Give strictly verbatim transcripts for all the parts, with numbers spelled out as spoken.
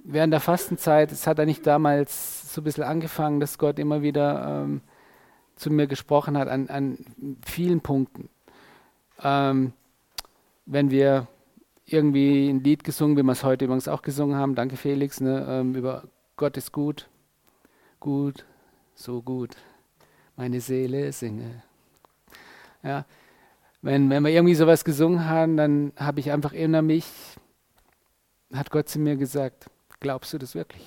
während der Fastenzeit, es hat eigentlich damals so ein bisschen angefangen, dass Gott immer wieder ähm, zu mir gesprochen hat an, an vielen Punkten. Ähm, wenn wir irgendwie ein Lied gesungen, wie wir es heute übrigens auch gesungen haben, danke Felix, ne, ähm, über Gott ist gut, gut, so gut, meine Seele singe. Ja, wenn, wenn wir irgendwie sowas gesungen haben, dann habe ich einfach inner mich, hat Gott zu mir gesagt, glaubst du das wirklich?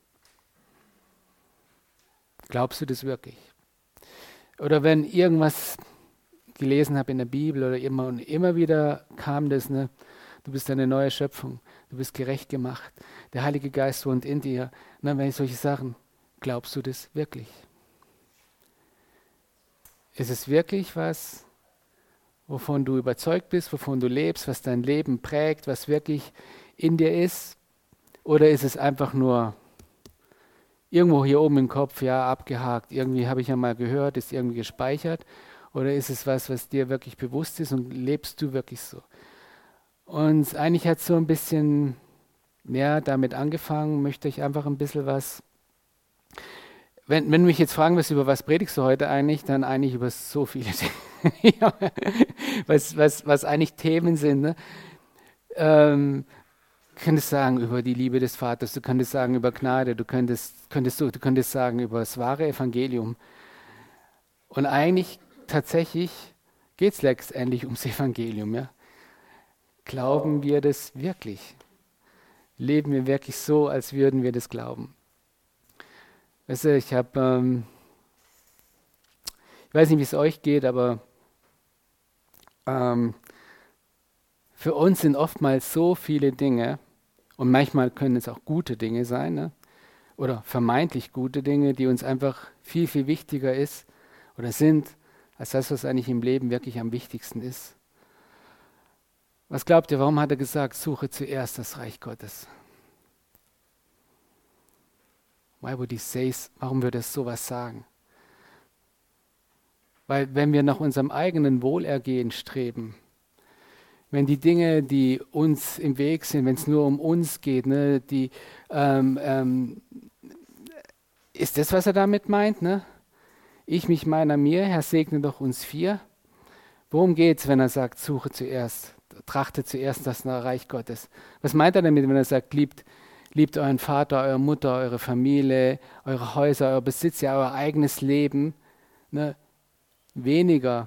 Glaubst du das wirklich? Oder wenn irgendwas gelesen habe in der Bibel oder immer und immer wieder kam das, ne, du bist eine neue Schöpfung, du bist gerecht gemacht, der Heilige Geist wohnt in dir. Na, wenn ich solche Sachen, glaubst du das wirklich? Ist es wirklich was, wovon du überzeugt bist, wovon du lebst, was dein Leben prägt, was wirklich in dir ist? Oder ist es einfach nur irgendwo hier oben im Kopf, ja, abgehakt, irgendwie habe ich ja mal gehört, ist irgendwie gespeichert? Oder ist es was, was dir wirklich bewusst ist und lebst du wirklich so? Und eigentlich hat es so ein bisschen, ja, damit angefangen, möchte ich einfach ein bisschen was, wenn, wenn du mich jetzt fragen wirst, über was predigst du heute eigentlich, dann eigentlich über so viele Dinge, ja, was, was, was eigentlich Themen sind. Ne? Ähm, du könntest sagen über die Liebe des Vaters, du könntest sagen über Gnade, du könntest, könntest, du, du könntest sagen über das wahre Evangelium. Und eigentlich tatsächlich geht es letztendlich ums Evangelium. Ja? Glauben wir das wirklich? Leben wir wirklich so, als würden wir das glauben? Weißt du, ich habe, ähm, ich weiß nicht, wie es euch geht, aber ähm, für uns sind oftmals so viele Dinge, und manchmal können es auch gute Dinge sein, ne? Oder vermeintlich gute Dinge, die uns einfach viel, viel wichtiger ist oder sind, als das, was eigentlich im Leben wirklich am wichtigsten ist. Was glaubt ihr, warum hat er gesagt, suche zuerst das Reich Gottes? Why would he say, warum würde er sowas sagen? Weil wenn wir nach unserem eigenen Wohlergehen streben, wenn die Dinge, die uns im Weg sind, wenn es nur um uns geht, ne, die, ähm, ähm, ist das, was er damit meint? Ne? Ich, mich, meiner, mir, Herr, segne doch uns vier. Worum geht es, wenn er sagt, suche zuerst, trachte zuerst das Reich Gottes? Was meint er damit, wenn er sagt, liebt, liebt euren Vater, eure Mutter, eure Familie, eure Häuser, euer Besitz, ja, euer eigenes Leben, ne? Weniger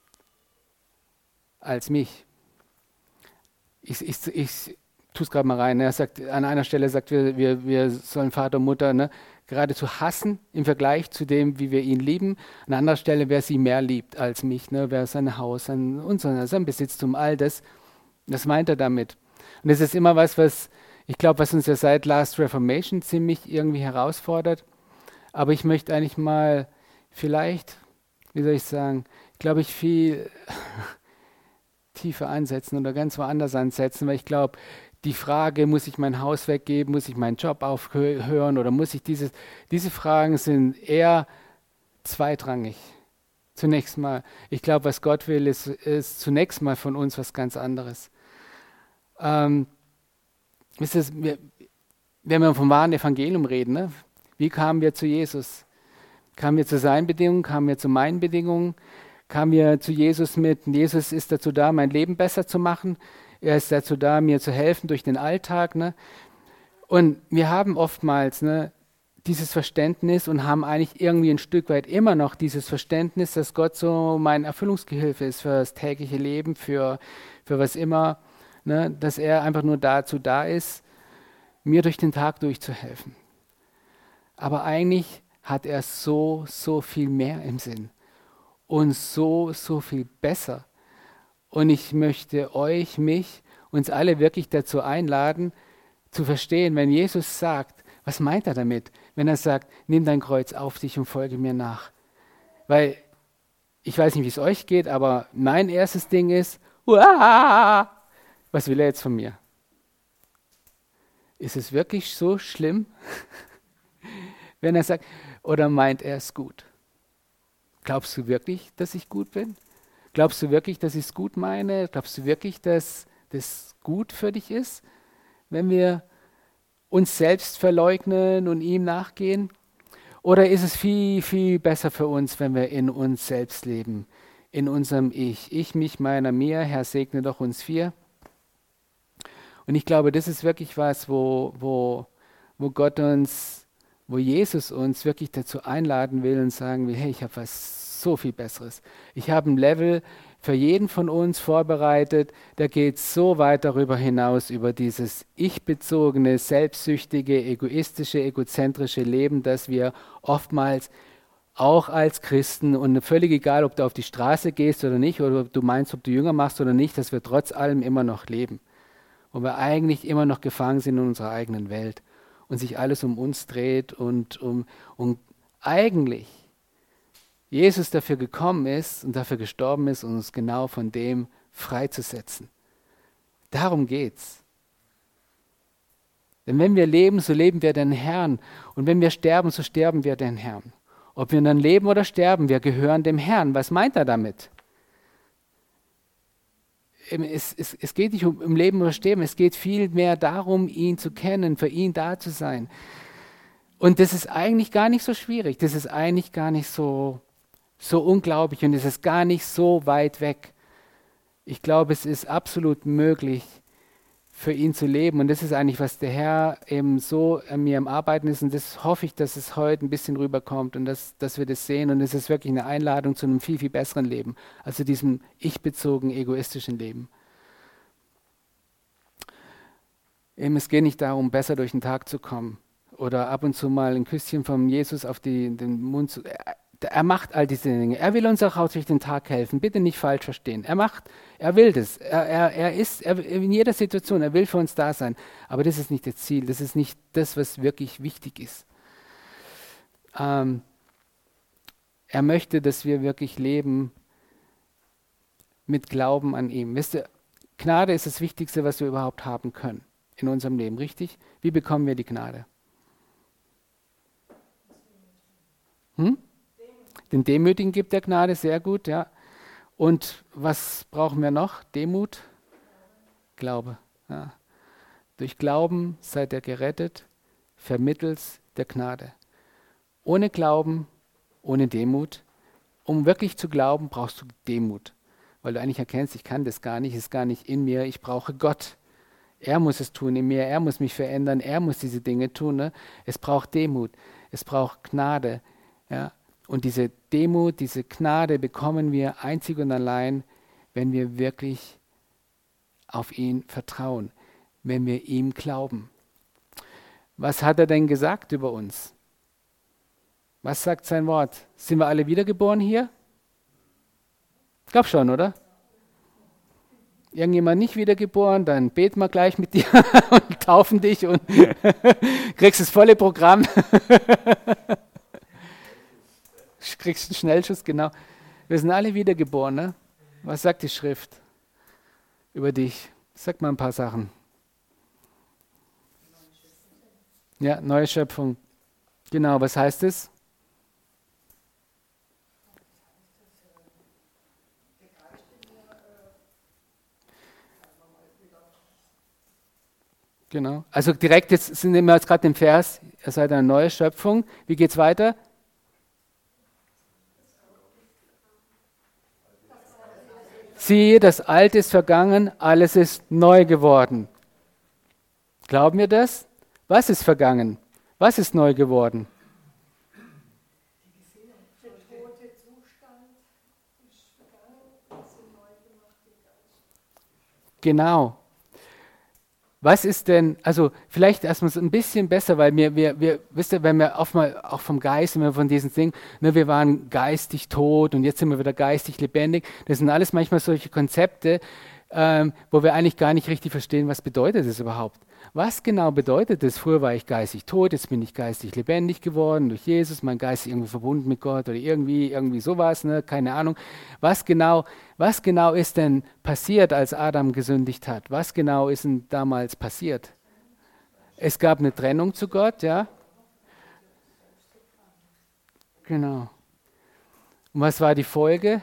als mich. Ich, ich, ich tue es gerade mal rein. Ne? Er sagt, an einer Stelle sagt, wir, wir, wir sollen Vater und Mutter ne, geradezu hassen im Vergleich zu dem, wie wir ihn lieben. An anderer Stelle, wer sie mehr liebt als mich, ne? Wer sein Haus sein, und sein, sein Besitztum, all das. Das meint er damit. Und das ist immer was, was ich glaube, was uns ja seit Last Reformation ziemlich irgendwie herausfordert. Aber ich möchte eigentlich mal vielleicht, wie soll ich sagen, glaube ich, viel tiefer ansetzen oder ganz woanders ansetzen, weil ich glaube, die Frage, muss ich mein Haus weggeben, muss ich meinen Job aufhören oder muss ich dieses, diese Fragen sind eher zweitrangig. Zunächst mal, ich glaube, was Gott will, ist, ist zunächst mal von uns was ganz anderes. Ähm, ist es, wir, wenn wir vom wahren Evangelium reden, ne? Wie kamen wir zu Jesus? Kamen wir zu seinen Bedingungen, kamen wir zu meinen Bedingungen? Kamen wir zu Jesus mit, Jesus ist dazu da, mein Leben besser zu machen. Er ist dazu da, mir zu helfen durch den Alltag. Ne? Und wir haben oftmals ne, dieses Verständnis und haben eigentlich irgendwie ein Stück weit immer noch dieses Verständnis, dass Gott so mein Erfüllungsgehilfe ist für das tägliche Leben, für, für was immer. Ne? Dass er einfach nur dazu da ist, mir durch den Tag durchzuhelfen. Aber eigentlich hat er so, so viel mehr im Sinn. Und so, so viel besser. Und ich möchte euch, mich, uns alle wirklich dazu einladen, zu verstehen, wenn Jesus sagt, was meint er damit? Wenn er sagt, nimm dein Kreuz auf dich und folge mir nach. Weil, ich weiß nicht, wie es euch geht, aber mein erstes Ding ist, uah, was will er jetzt von mir? Ist es wirklich so schlimm, wenn er sagt, oder meint er es gut? Glaubst du wirklich, dass ich gut bin? Glaubst du wirklich, dass ich es gut meine? Glaubst du wirklich, dass das gut für dich ist, wenn wir uns selbst verleugnen und ihm nachgehen? Oder ist es viel, viel besser für uns, wenn wir in uns selbst leben, in unserem Ich? Ich, mich, meiner, mir, Herr, segne doch uns vier. Und ich glaube, das ist wirklich was, wo, wo, wo Gott uns, wo Jesus uns wirklich dazu einladen will und sagen will, hey, ich habe was so viel Besseres. Ich habe ein Level für jeden von uns vorbereitet, der geht so weit darüber hinaus, über dieses ich-bezogene, selbstsüchtige, egoistische, egozentrische Leben, das wir oftmals auch als Christen, und völlig egal, ob du auf die Straße gehst oder nicht, oder ob du meinst, ob du Jünger machst oder nicht, dass wir trotz allem immer noch leben. Wo wir eigentlich immer noch gefangen sind in unserer eigenen Welt und sich alles um uns dreht und um und eigentlich Jesus dafür gekommen ist und dafür gestorben ist, um uns genau von dem freizusetzen. Darum geht's. Denn wenn wir leben, so leben wir den Herrn. Und wenn wir sterben, so sterben wir den Herrn. Ob wir dann leben oder sterben, wir gehören dem Herrn. Was meint er damit? Es, es, es geht nicht um, um Leben oder Sterben, es geht vielmehr darum, ihn zu kennen, für ihn da zu sein. Und das ist eigentlich gar nicht so schwierig, das ist eigentlich gar nicht so, so unglaublich und es ist gar nicht so weit weg. Ich glaube, es ist absolut möglich, für ihn zu leben. Und das ist eigentlich, was der Herr eben so an mir am Arbeiten ist. Und das hoffe ich, dass es heute ein bisschen rüberkommt und dass, dass wir das sehen. Und es ist wirklich eine Einladung zu einem viel, viel besseren Leben. Also diesem ich-bezogenen, egoistischen Leben. Eben, es geht nicht darum, besser durch den Tag zu kommen oder ab und zu mal ein Küsschen von Jesus auf die, den Mund zu... Er, er macht all diese Dinge. Er will uns auch durch den Tag helfen. Bitte nicht falsch verstehen. Er macht, er will das. Er, er, er ist er, in jeder Situation, er will für uns da sein. Aber das ist nicht das Ziel. Das ist nicht das, was wirklich wichtig ist. Ähm, er möchte, dass wir wirklich leben mit Glauben an ihn. Wisst ihr, Gnade ist das Wichtigste, was wir überhaupt haben können in unserem Leben, richtig? Wie bekommen wir die Gnade? Hm? Den Demütigen gibt der Gnade, sehr gut, ja. Und was brauchen wir noch? Demut? Glaube. Ja. Durch Glauben seid ihr gerettet, vermittels der Gnade. Ohne Glauben, ohne Demut. Um wirklich zu glauben, brauchst du Demut. Weil du eigentlich erkennst, ich kann das gar nicht, ist gar nicht in mir, ich brauche Gott. Er muss es tun in mir, er muss mich verändern, er muss diese Dinge tun. Ne? Es braucht Demut, es braucht Gnade. Ja? Und diese Demut, diese Gnade bekommen wir einzig und allein, wenn wir wirklich auf ihn vertrauen, wenn wir ihm glauben. Was hat er denn gesagt über uns? Was sagt sein Wort? Sind wir alle wiedergeboren hier? Ich glaube schon, oder? Irgendjemand nicht wiedergeboren, dann beten wir gleich mit dir und taufen dich und kriegst das volle Programm. Kriegst einen Schnellschuss, genau. Wir sind alle wiedergeboren, ne? Was sagt die Schrift über dich? Sag mal ein paar Sachen. Ja, neue Schöpfung. Genau, was heißt es? Genau. Also direkt jetzt sind wir jetzt gerade im Vers, ihr seid eine neue Schöpfung. Wie geht's weiter? Siehe, das Alte ist vergangen, alles ist neu geworden. Glauben wir das? Was ist vergangen? Was ist neu geworden? Genau. Was ist denn, also vielleicht erstmal so ein bisschen besser, weil wir, wir, wir wisst ihr, wenn wir oft mal auch vom Geist, wenn wir von diesen Dingen, ne, wir waren geistig tot und jetzt sind wir wieder geistig lebendig. Das sind alles manchmal solche Konzepte, ähm, wo wir eigentlich gar nicht richtig verstehen, was bedeutet das überhaupt. Was genau bedeutet das? Früher war ich geistig tot, jetzt bin ich geistig lebendig geworden durch Jesus, mein Geist ist irgendwie verbunden mit Gott oder irgendwie, irgendwie sowas, ne? Keine Ahnung. Was genau, was genau ist denn passiert, als Adam gesündigt hat? Was genau ist denn damals passiert? Es gab eine Trennung zu Gott, ja? Genau. Und was war die Folge?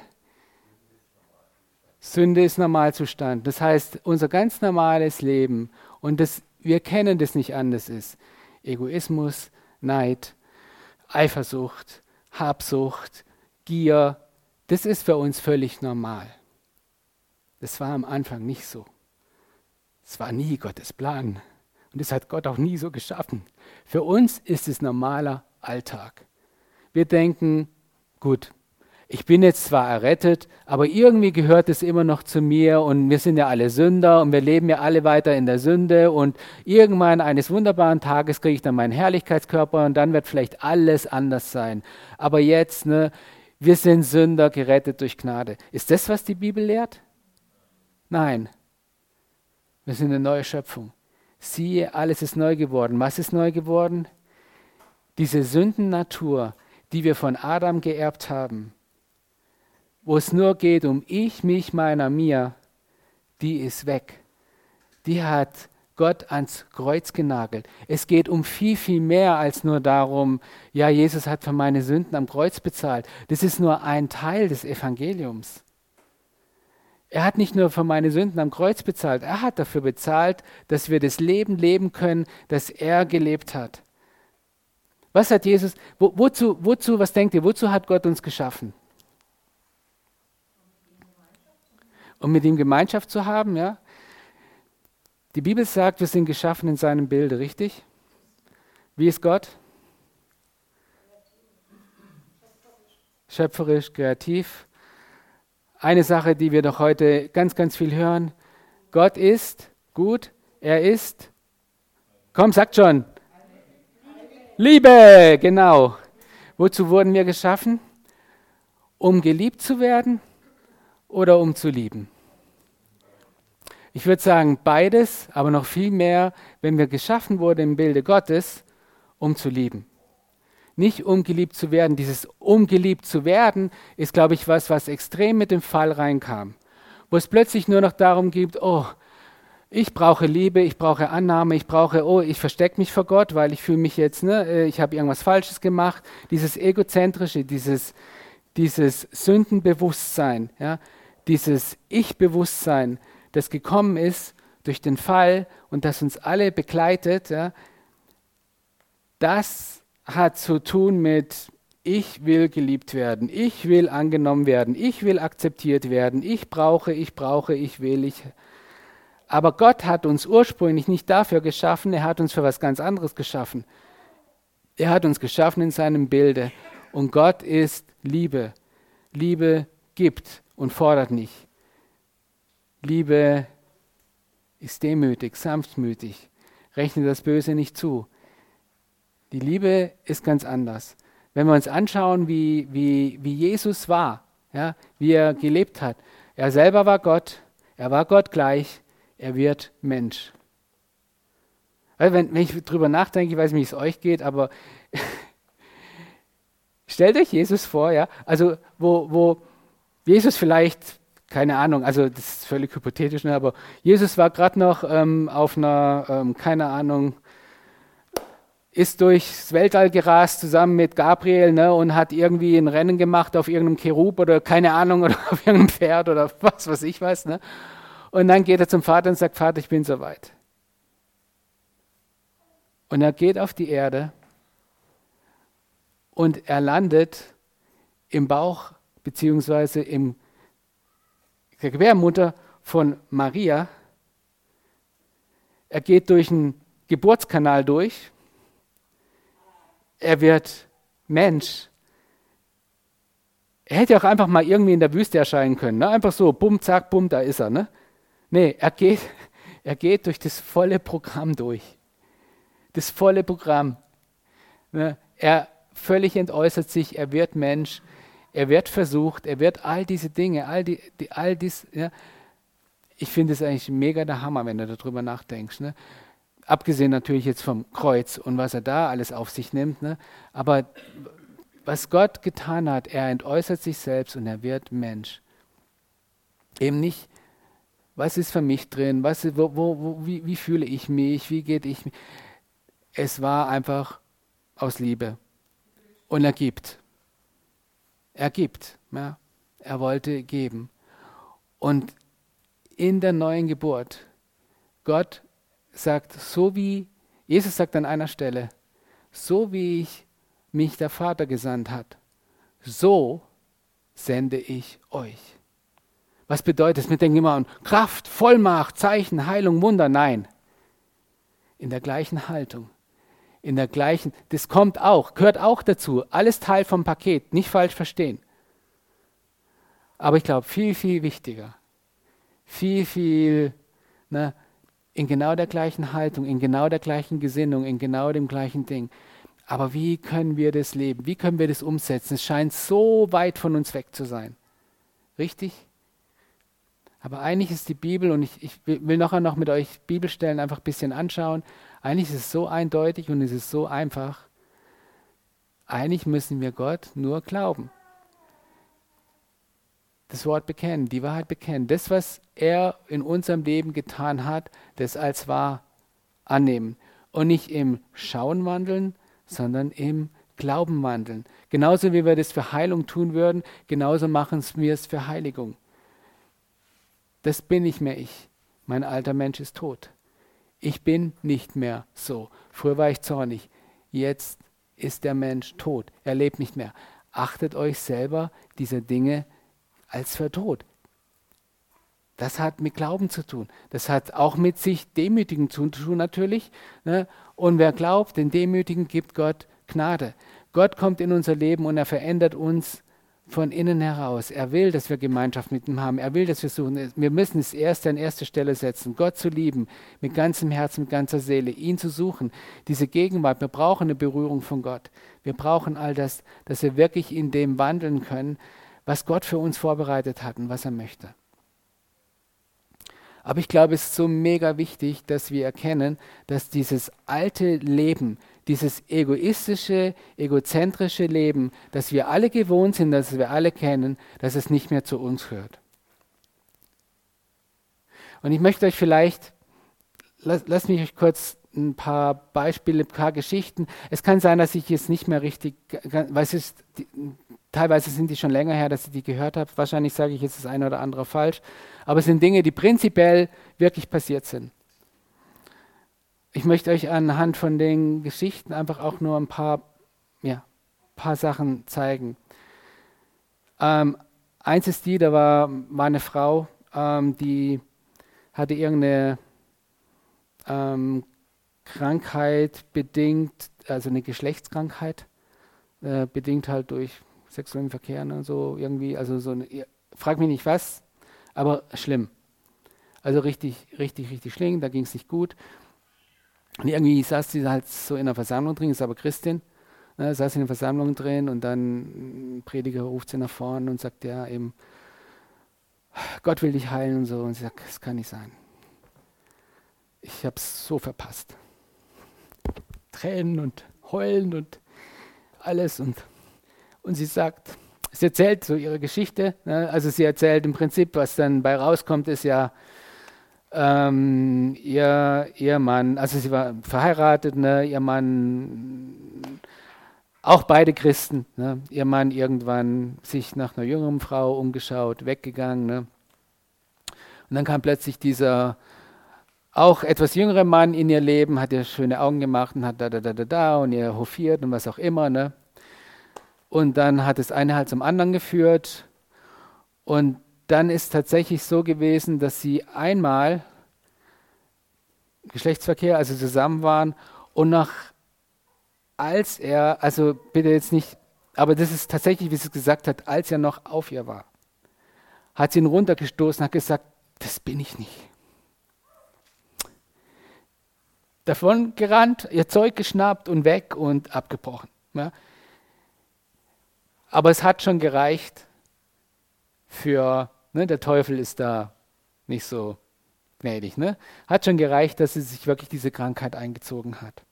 Sünde ist Normalzustand. Das heißt, unser ganz normales Leben und das wir kennen das nicht anders ist. Egoismus, Neid, Eifersucht, Habsucht, Gier, das ist für uns völlig normal. Das war am Anfang nicht so. Es war nie Gottes Plan. Und das hat Gott auch nie so geschaffen. Für uns ist es normaler Alltag. Wir denken, gut, ich bin jetzt zwar errettet, aber irgendwie gehört es immer noch zu mir und wir sind ja alle Sünder und wir leben ja alle weiter in der Sünde und irgendwann eines wunderbaren Tages kriege ich dann meinen Herrlichkeitskörper und dann wird vielleicht alles anders sein. Aber jetzt, ne, wir sind Sünder, gerettet durch Gnade. Ist das, was die Bibel lehrt? Nein. Wir sind eine neue Schöpfung. Siehe, alles ist neu geworden. Was ist neu geworden? Diese Sündennatur, die wir von Adam geerbt haben, wo es nur geht um ich, mich, meiner, mir, die ist weg. Die hat Gott ans Kreuz genagelt. Es geht um viel, viel mehr als nur darum, ja, Jesus hat für meine Sünden am Kreuz bezahlt. Das ist nur ein Teil des Evangeliums. Er hat nicht nur für meine Sünden am Kreuz bezahlt, er hat dafür bezahlt, dass wir das Leben leben können, das er gelebt hat. Was hat Jesus, wo, wozu, wozu, was denkt ihr, wozu hat Gott uns geschaffen? Um mit ihm Gemeinschaft zu haben, ja? Die Bibel sagt, wir sind geschaffen in seinem Bilde, richtig? Wie ist Gott? Schöpferisch, kreativ. Eine Sache, die wir doch heute ganz, ganz viel hören. Gott ist gut, er ist, komm, sagt schon, Liebe, genau. Wozu wurden wir geschaffen? Um geliebt zu werden oder um zu lieben? Ich würde sagen beides, aber noch viel mehr, wenn wir geschaffen wurden im Bilde Gottes, um zu lieben. Nicht um geliebt zu werden. Dieses um geliebt zu werden ist, glaube ich, was, was extrem mit dem Fall reinkam. Wo es plötzlich nur noch darum geht, oh, ich brauche Liebe, ich brauche Annahme, ich brauche, oh, ich verstecke mich vor Gott, weil ich fühle mich jetzt, ne, ich habe irgendwas Falsches gemacht. Dieses egozentrische, dieses, dieses Sündenbewusstsein, ja, dieses Ich-Bewusstsein, das gekommen ist durch den Fall und das uns alle begleitet, ja, das hat zu tun mit ich will geliebt werden, ich will angenommen werden, ich will akzeptiert werden, ich brauche, ich brauche, ich will, ich. Aber Gott hat uns ursprünglich nicht dafür geschaffen, er hat uns für was ganz anderes geschaffen. Er hat uns geschaffen in seinem Bilde und Gott ist Liebe. Liebe gibt und fordert nicht. Liebe ist demütig, sanftmütig, rechnet das Böse nicht zu. Die Liebe ist ganz anders. Wenn wir uns anschauen, wie, wie, wie Jesus war, ja, wie er gelebt hat. Er selber war Gott, er war Gott gleich, er wird Mensch. Weil wenn, wenn ich drüber nachdenke, ich weiß nicht, wie es euch geht, aber stellt euch Jesus vor, ja, also wo, wo Jesus vielleicht, keine Ahnung, also das ist völlig hypothetisch, ne, aber Jesus war gerade noch ähm, auf einer, ähm, keine Ahnung, ist durchs Weltall gerast zusammen mit Gabriel, ne, und hat irgendwie ein Rennen gemacht auf irgendeinem Cherub oder keine Ahnung oder auf irgendeinem Pferd oder was weiß ich was. Ne. Und dann geht er zum Vater und sagt, Vater, ich bin soweit. Und er geht auf die Erde und er landet im Bauch beziehungsweise im der Gebärmutter von Maria. Er geht durch einen Geburtskanal durch. Er wird Mensch. Er hätte auch einfach mal irgendwie in der Wüste erscheinen können. Ne? Einfach so, bumm, zack, bumm, da ist er. Ne? Nee, er geht, er geht durch das volle Programm durch. Das volle Programm. Ne? Er völlig entäußert sich, er wird Mensch, er wird versucht, er wird all diese Dinge, all, die, die, all dies. Ja? Ich finde es eigentlich mega der Hammer, wenn du darüber nachdenkst. Ne? Abgesehen natürlich jetzt vom Kreuz und was er da alles auf sich nimmt. Ne? Aber was Gott getan hat, er entäußert sich selbst und er wird Mensch. Eben nicht, was ist für mich drin, was, wo, wo, wo, wie, wie fühle ich mich, wie geht ich mich. Es war einfach aus Liebe. Und er gibt. Er gibt. Ja? Er wollte geben. Und in der neuen Geburt, Gott sagt, so wie, Jesus sagt an einer Stelle, so wie ich mich der Vater gesandt hat, so sende ich euch. Was bedeutet es? Wir denken immer an Kraft, Vollmacht, Zeichen, Heilung, Wunder. Nein. In der gleichen Haltung. In der gleichen, das kommt auch, gehört auch dazu. Alles Teil vom Paket, nicht falsch verstehen. Aber ich glaube, viel, viel wichtiger, viel, viel, ne, in genau der gleichen Haltung, in genau der gleichen Gesinnung, in genau dem gleichen Ding. Aber wie können wir das leben? Wie können wir das umsetzen? Es scheint so weit von uns weg zu sein. Richtig? Aber eigentlich ist die Bibel, und ich, ich will nachher noch mit euch Bibelstellen einfach ein bisschen anschauen, eigentlich ist es so eindeutig und es ist so einfach. Eigentlich müssen wir Gott nur glauben. Das Wort bekennen, die Wahrheit bekennen. Das, was er in unserem Leben getan hat, das als wahr annehmen. Und nicht im Schauen wandeln, sondern im Glauben wandeln. Genauso wie wir das für Heilung tun würden, genauso machen wir es für Heiligung. Das bin nicht mehr ich. Mein alter Mensch ist tot. Ich bin nicht mehr so. Früher war ich zornig. Jetzt ist der Mensch tot. Er lebt nicht mehr. Achtet euch selber dieser Dinge als für tot. Das hat mit Glauben zu tun. Das hat auch mit sich demütigen zu tun natürlich. Ne? Und wer glaubt, den Demütigen gibt Gott Gnade. Gott kommt in unser Leben und er verändert uns von innen heraus. Er will, dass wir Gemeinschaft mit ihm haben. Er will, dass wir suchen. Wir müssen es erst an erste Stelle setzen. Gott zu lieben, mit ganzem Herzen, mit ganzer Seele, ihn zu suchen. Diese Gegenwart, wir brauchen eine Berührung von Gott. Wir brauchen all das, dass wir wirklich in dem wandeln können, was Gott für uns vorbereitet hat und was er möchte. Aber ich glaube, es ist so mega wichtig, dass wir erkennen, dass dieses alte Leben, dieses egoistische, egozentrische Leben, das wir alle gewohnt sind, das wir alle kennen, dass es nicht mehr zu uns gehört. Und ich möchte euch vielleicht, lasst las mich euch kurz ein paar Beispiele, ein paar Geschichten. Es kann sein, dass ich jetzt nicht mehr richtig, weil es ist, die, teilweise sind die schon länger her, dass ich die gehört habe. Wahrscheinlich sage ich jetzt das eine oder andere falsch. Aber es sind Dinge, die prinzipiell wirklich passiert sind. Ich möchte euch anhand von den Geschichten einfach auch nur ein paar, ja, paar Sachen zeigen. Ähm, eins ist die, da war, war eine Frau, ähm, die hatte irgendeine ähm, Krankheit bedingt, also eine Geschlechtskrankheit, äh, bedingt halt durch sexuellen Verkehr und so irgendwie, also so eine, frag mich nicht was, aber schlimm. Also richtig, richtig, richtig schlimm, da ging es nicht gut. Und irgendwie saß sie halt so in einer Versammlung drin, ist aber Christin, ne, saß in der Versammlung drin und dann ein Prediger ruft sie nach vorne und sagt, ja eben, Gott will dich heilen und so. Und sie sagt, das kann nicht sein. Ich habe es so verpasst. Tränen und Heulen und alles. Und, und sie sagt, sie erzählt so ihre Geschichte. Ne? Also sie erzählt im Prinzip, was dann bei rauskommt, ist ja, ähm, ihr, ihr Mann, also sie war verheiratet, ne? Ihr Mann, auch beide Christen, ne? Ihr Mann irgendwann sich nach einer jüngeren Frau umgeschaut, weggegangen. Ne? Und dann kam plötzlich dieser auch etwas jüngere Mann in ihr Leben, hat ihr schöne Augen gemacht und hat da, da, da, da, da und ihr hofiert und was auch immer. Ne? Und dann hat das eine halt zum anderen geführt. Und dann ist tatsächlich so gewesen, dass sie einmal Geschlechtsverkehr, also zusammen waren und nach, als er, also bitte jetzt nicht, aber das ist tatsächlich, wie sie es gesagt hat, als er noch auf ihr war, hat sie ihn runtergestoßen, hat gesagt, das bin ich nicht. Davon gerannt, ihr Zeug geschnappt und weg und abgebrochen. Ja. Aber es hat schon gereicht für, ne, der Teufel ist da nicht so gnädig, ne? Hat schon gereicht, dass sie sich wirklich diese Krankheit eingezogen hat.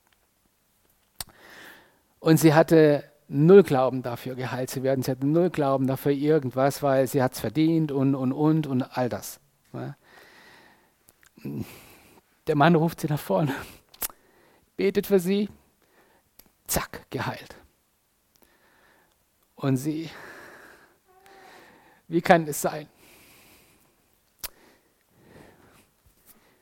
Und sie hatte null Glauben dafür, geheilt zu werden. Sie hatte null Glauben dafür irgendwas, weil sie hat es verdient und, und, und, und all das. Ne? Der Mann ruft sie nach vorne, betet für sie, zack, geheilt. Und sie, wie kann es sein?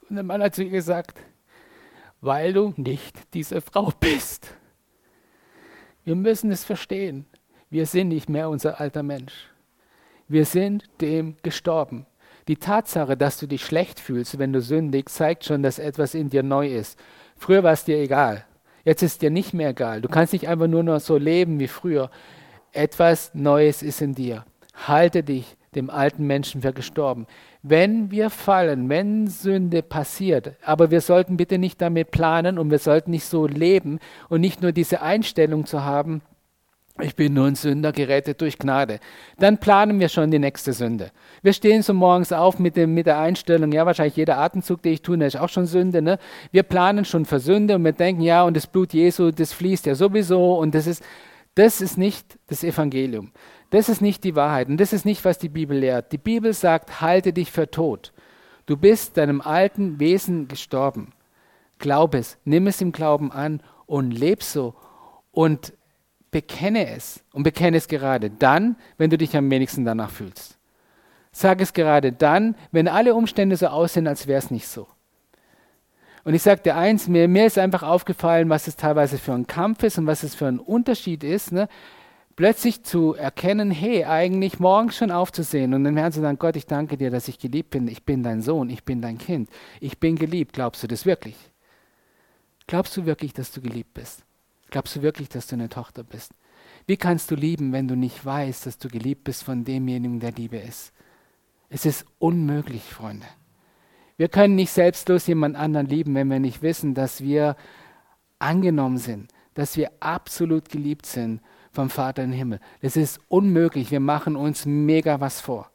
Und der Mann hat zu ihr gesagt, weil du nicht diese Frau bist. Wir müssen es verstehen. Wir sind nicht mehr unser alter Mensch. Wir sind dem gestorben. Die Tatsache, dass du dich schlecht fühlst, wenn du sündigst, zeigt schon, dass etwas in dir neu ist. Früher war es dir egal. Jetzt ist dir nicht mehr egal. Du kannst nicht einfach nur noch so leben wie früher. Etwas Neues ist in dir. Halte dich dem alten Menschen für gestorben. Wenn wir fallen, wenn Sünde passiert, aber wir sollten bitte nicht damit planen und wir sollten nicht so leben und nicht nur diese Einstellung zu haben, ich bin nur ein Sünder, gerettet durch Gnade. Dann planen wir schon die nächste Sünde. Wir stehen so morgens auf mit, dem, mit der Einstellung, ja, wahrscheinlich jeder Atemzug, den ich tue, der ist auch schon Sünde. Ne? Wir planen schon für Sünde und wir denken, ja, und das Blut Jesu, das fließt ja sowieso. Und das ist, das ist nicht das Evangelium. Das ist nicht die Wahrheit. Und das ist nicht, was die Bibel lehrt. Die Bibel sagt, halte dich für tot. Du bist deinem alten Wesen gestorben. Glaub es, nimm es im Glauben an und leb so. Und bekenne es und bekenne es gerade dann, wenn du dich am wenigsten danach fühlst. Sag es gerade dann, wenn alle Umstände so aussehen, als wäre es nicht so. Und ich sage dir eins, mir, mir ist einfach aufgefallen, was es teilweise für ein Kampf ist und was es für ein Unterschied ist, ne? Plötzlich zu erkennen, hey, eigentlich morgens schon aufzusehen und dann werden sie sagen, Gott, ich danke dir, dass ich geliebt bin, ich bin dein Sohn, ich bin dein Kind, ich bin geliebt. Glaubst du das wirklich? Glaubst du wirklich, dass du geliebt bist? Glaubst du wirklich, dass du eine Tochter bist? Wie kannst du lieben, wenn du nicht weißt, dass du geliebt bist von demjenigen, der Liebe ist? Es ist unmöglich, Freunde. Wir können nicht selbstlos jemand anderen lieben, wenn wir nicht wissen, dass wir angenommen sind, dass wir absolut geliebt sind vom Vater im Himmel. Das ist unmöglich. Wir machen uns mega was vor.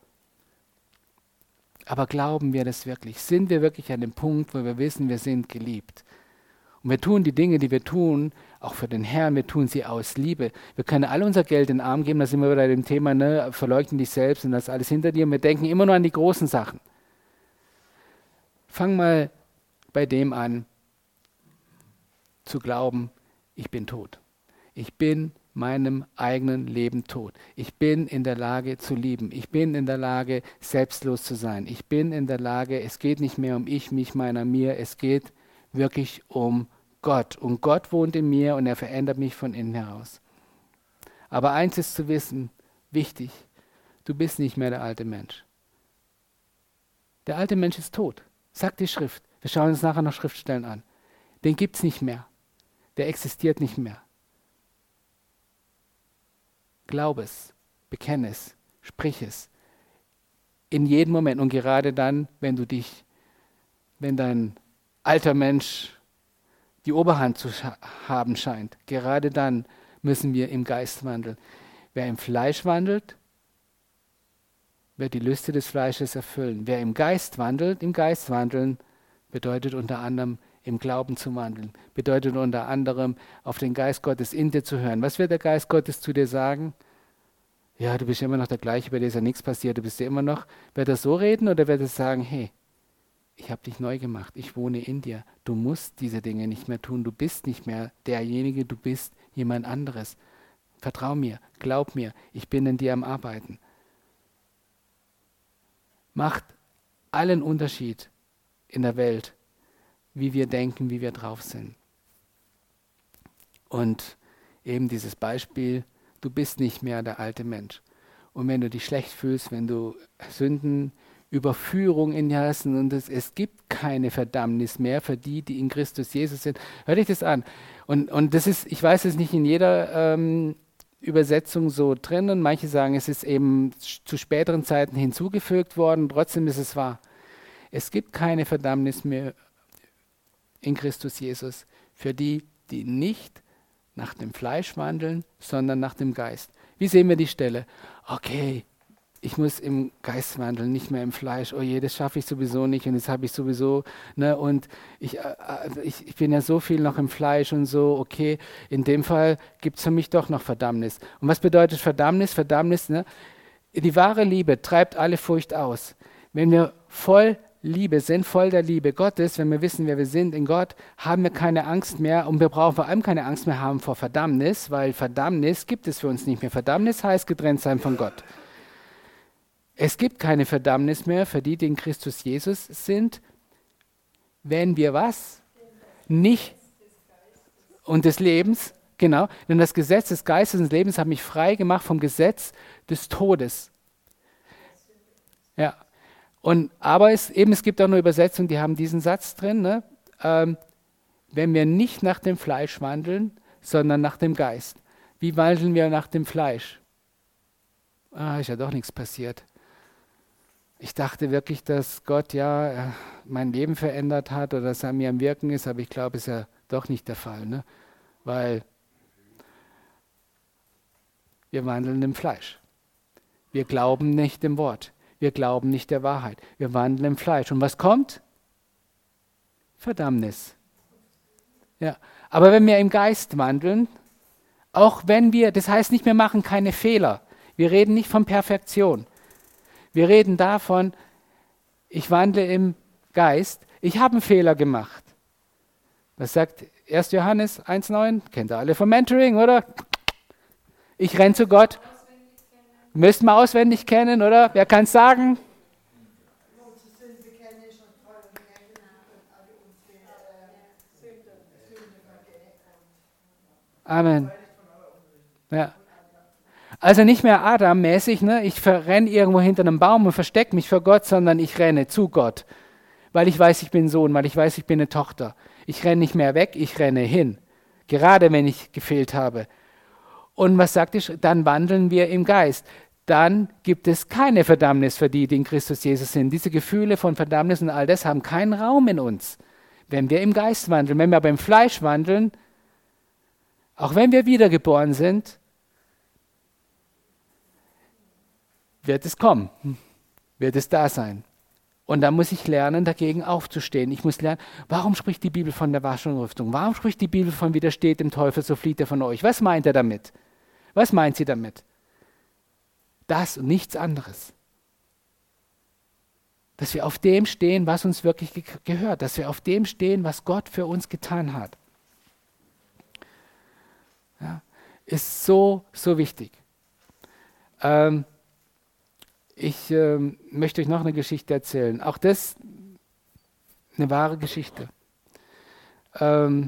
Aber glauben wir das wirklich? Sind wir wirklich an dem Punkt, wo wir wissen, wir sind geliebt? Und wir tun die Dinge, die wir tun, auch für den Herrn, wir tun sie aus Liebe. Wir können all unser Geld in den Arm geben, da sind wir wieder bei dem Thema, ne, verleugne dich selbst und das ist alles hinter dir. Und wir denken immer nur an die großen Sachen. Fang mal bei dem an, zu glauben, ich bin tot. Ich bin meinem eigenen Leben tot. Ich bin in der Lage zu lieben. Ich bin in der Lage, selbstlos zu sein. Ich bin in der Lage, es geht nicht mehr um ich, mich, meiner, mir, es geht wirklich um Gott. Und Gott wohnt in mir und er verändert mich von innen heraus. Aber eins ist zu wissen, wichtig, du bist nicht mehr der alte Mensch. Der alte Mensch ist tot, sagt die Schrift. Wir schauen uns nachher noch Schriftstellen an. Den gibt es nicht mehr. Der existiert nicht mehr. Glaub es, bekenne es, sprich es. In jedem Moment und gerade dann, wenn du dich, wenn dein alter Mensch die Oberhand zu scha- haben scheint, gerade dann müssen wir im Geist wandeln. Wer im Fleisch wandelt, wird die Lüste des Fleisches erfüllen. Wer im Geist wandelt, im Geist wandeln, bedeutet unter anderem im Glauben zu wandeln, bedeutet unter anderem auf den Geist Gottes in dir zu hören. Was wird der Geist Gottes zu dir sagen? Ja, du bist immer noch der gleiche, bei dir ist ja nichts passiert, du bist ja immer noch. Wird er so reden oder wird er sagen, hey, ich habe dich neu gemacht, ich wohne in dir, du musst diese Dinge nicht mehr tun, du bist nicht mehr derjenige, du bist jemand anderes. Vertrau mir, glaub mir, ich bin in dir am Arbeiten. Macht allen Unterschied in der Welt, wie wir denken, wie wir drauf sind. Und eben dieses Beispiel, du bist nicht mehr der alte Mensch. Und wenn du dich schlecht fühlst, wenn du Sünden, Überführung in dir hast und es, es gibt keine Verdammnis mehr für die, die in Christus Jesus sind, hör dich das an. Und, und das ist, ich weiß es nicht in jeder ähm, Übersetzung so drin und manche sagen, es ist eben zu späteren Zeiten hinzugefügt worden, trotzdem ist es wahr. Es gibt keine Verdammnis mehr in Christus Jesus für die, die nicht nach dem Fleisch wandeln, sondern nach dem Geist. Wie sehen wir die Stelle? Okay, ich muss im Geist wandeln, nicht mehr im Fleisch. Oh je, das schaffe ich sowieso nicht und das habe ich sowieso. Ne, und ich, äh, ich, ich bin ja so viel noch im Fleisch und so. Okay, in dem Fall gibt es für mich doch noch Verdammnis. Und was bedeutet Verdammnis? Verdammnis, ne? Die wahre Liebe treibt alle Furcht aus. Wenn wir voll Liebe sind, voll der Liebe Gottes, wenn wir wissen, wer wir sind in Gott, haben wir keine Angst mehr und wir brauchen vor allem keine Angst mehr haben vor Verdammnis, weil Verdammnis gibt es für uns nicht mehr. Verdammnis heißt getrennt sein von Gott. Es gibt keine Verdammnis mehr für die, die in Christus Jesus sind. Wenn wir was? Nicht und des Lebens, genau. Denn das Gesetz des Geistes und des Lebens hat mich frei gemacht vom Gesetz des Todes. Ja. Und, aber es, eben, es gibt auch eine Übersetzung, die haben diesen Satz drin, ne? ähm, wenn wir nicht nach dem Fleisch wandeln, sondern nach dem Geist. Wie wandeln wir nach dem Fleisch? Ah, ist ja doch nichts passiert. Ich dachte wirklich, dass Gott ja mein Leben verändert hat oder dass er mir am Wirken ist, aber ich glaube, es ist ja doch nicht der Fall, ne? Weil wir wandeln im Fleisch. Wir glauben nicht dem Wort. Wir glauben nicht der Wahrheit. Wir wandeln im Fleisch. Und was kommt? Verdammnis. Ja. Aber wenn wir im Geist wandeln, auch wenn wir, das heißt nicht, wir machen keine Fehler. Wir reden nicht von Perfektion. Wir reden davon, ich wandle im Geist. Ich habe einen Fehler gemacht. Was sagt erster Johannes eins neun? Kennt ihr alle vom Mentoring, oder? Ich renne zu Gott. Müssten wir auswendig kennen, oder? Wer kann es sagen? Amen. Ja. Also nicht mehr Adam-mäßig, ne? Ich renne irgendwo hinter einem Baum und verstecke mich vor Gott, sondern ich renne zu Gott. Weil ich weiß, ich bin Sohn, weil ich weiß, ich bin eine Tochter. Ich renne nicht mehr weg, ich renne hin. Gerade wenn ich gefehlt habe. Und was sagt ich? Dann wandeln wir im Geist. Dann gibt es keine Verdammnis für die, die in Christus Jesus sind. Diese Gefühle von Verdammnis und all das haben keinen Raum in uns, wenn wir im Geist wandeln. Wenn wir aber im Fleisch wandeln, auch wenn wir wiedergeboren sind, wird es kommen, wird es da sein. Und da muss ich lernen, dagegen aufzustehen. Ich muss lernen, warum spricht die Bibel von der Waschung und Rüstung? Warum spricht die Bibel von widersteht dem Teufel, so flieht er von euch? Was meint er damit? Was meint sie damit? Das und nichts anderes. Dass wir auf dem stehen, was uns wirklich ge- gehört. Dass wir auf dem stehen, was Gott für uns getan hat. Ja, ist so, so wichtig. Ähm, ich ähm, möchte euch noch eine Geschichte erzählen. Auch das eine wahre Geschichte. Ähm,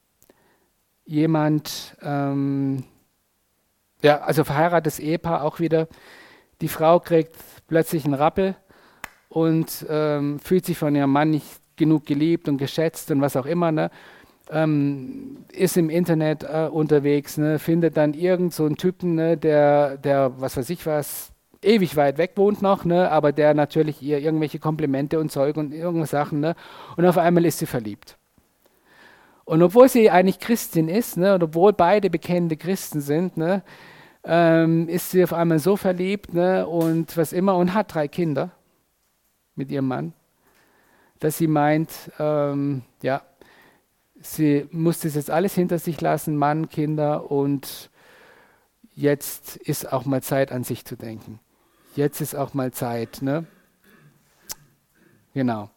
jemand, ähm, ja, also verheiratetes Ehepaar auch wieder. Die Frau kriegt plötzlich einen Rappel und ähm, fühlt sich von ihrem Mann nicht genug geliebt und geschätzt und was auch immer, ne? Ähm, ist im Internet äh, unterwegs, ne? Findet dann irgend so einen Typen, ne? der, der, was weiß ich was, ewig weit weg wohnt noch, ne? Aber der natürlich ihr irgendwelche Komplimente und Zeug und irgendwelche Sachen, ne? Und auf einmal ist sie verliebt. Und obwohl sie eigentlich Christin ist, ne? Und obwohl beide bekennende Christen sind, ne? ähm, ist sie auf einmal so verliebt, ne? Und was immer, und hat drei Kinder mit ihrem Mann, dass sie meint, ähm, ja, sie musste jetzt alles hinter sich lassen, Mann, Kinder, und jetzt ist auch mal Zeit, an sich zu denken. Jetzt ist auch mal Zeit, ne? Genau.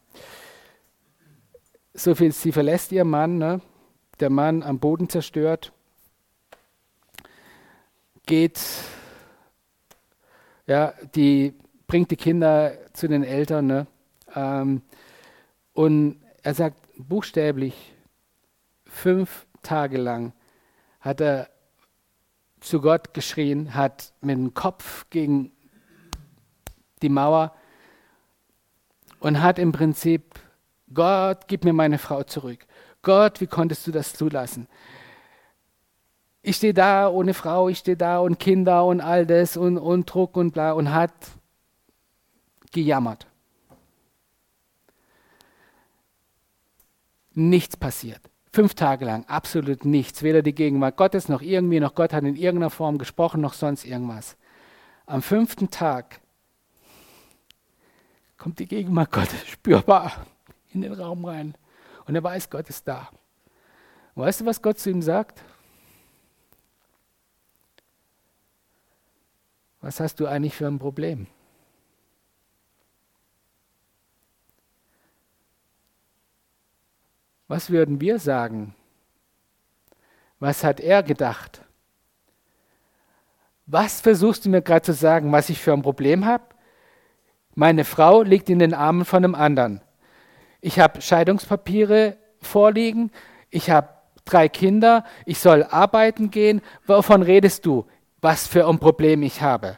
So viel, sie verlässt ihren Mann, ne? Der Mann am Boden zerstört, geht, ja, die bringt die Kinder zu den Eltern, ne? Ähm, und er sagt buchstäblich, fünf Tage lang hat er zu Gott geschrien, hat mit dem Kopf gegen die Mauer und hat im Prinzip, Gott, gib mir meine Frau zurück. Gott, wie konntest du das zulassen? Ich stehe da ohne Frau, ich stehe da und Kinder und all das und, und Druck und bla, und hat gejammert. Nichts passiert. Fünf Tage lang, absolut nichts. Weder die Gegenwart Gottes, noch irgendwie, noch Gott hat in irgendeiner Form gesprochen, noch sonst irgendwas. Am fünften Tag kommt die Gegenwart Gottes spürbar in den Raum rein. Und er weiß, Gott ist da. Und weißt du, was Gott zu ihm sagt? Was hast du eigentlich für ein Problem? Was würden wir sagen? Was hat er gedacht? Was versuchst du mir gerade zu sagen, was ich für ein Problem habe? Meine Frau liegt in den Armen von einem anderen. Ich habe Scheidungspapiere vorliegen, ich habe drei Kinder, ich soll arbeiten gehen. Wovon redest du? Was für ein Problem ich habe?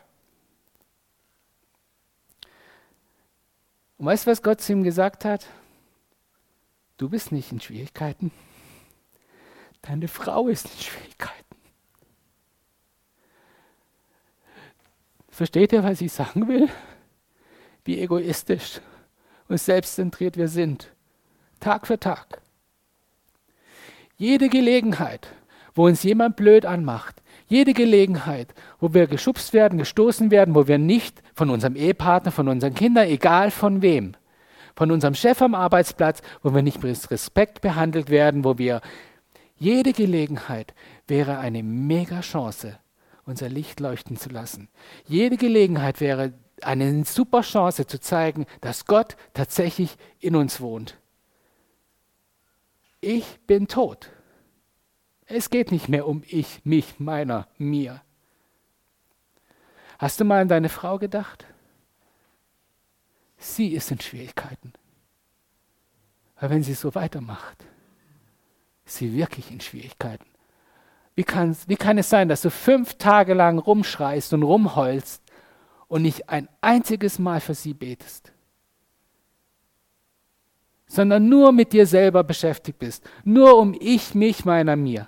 Und weißt du, was Gott zu ihm gesagt hat? Du bist nicht in Schwierigkeiten. Deine Frau ist in Schwierigkeiten. Versteht ihr, was ich sagen will? Wie egoistisch und selbstzentriert wir sind. Tag für Tag. Jede Gelegenheit, wo uns jemand blöd anmacht, jede Gelegenheit, wo wir geschubst werden, gestoßen werden, wo wir nicht von unserem Ehepartner, von unseren Kindern, egal von wem, von unserem Chef am Arbeitsplatz, wo wir nicht mit Respekt behandelt werden, wo wir, jede Gelegenheit wäre eine mega Chance, unser Licht leuchten zu lassen. Jede Gelegenheit wäre eine super Chance zu zeigen, dass Gott tatsächlich in uns wohnt. Ich bin tot. Es geht nicht mehr um ich, mich, meiner, mir. Hast du mal an deine Frau gedacht? Sie ist in Schwierigkeiten. Weil wenn sie so weitermacht, ist sie wirklich in Schwierigkeiten. Wie kann, wie kann es sein, dass du fünf Tage lang rumschreist und rumheulst und nicht ein einziges Mal für sie betest? Sondern nur mit dir selber beschäftigt bist. Nur um ich, mich, meiner, mir.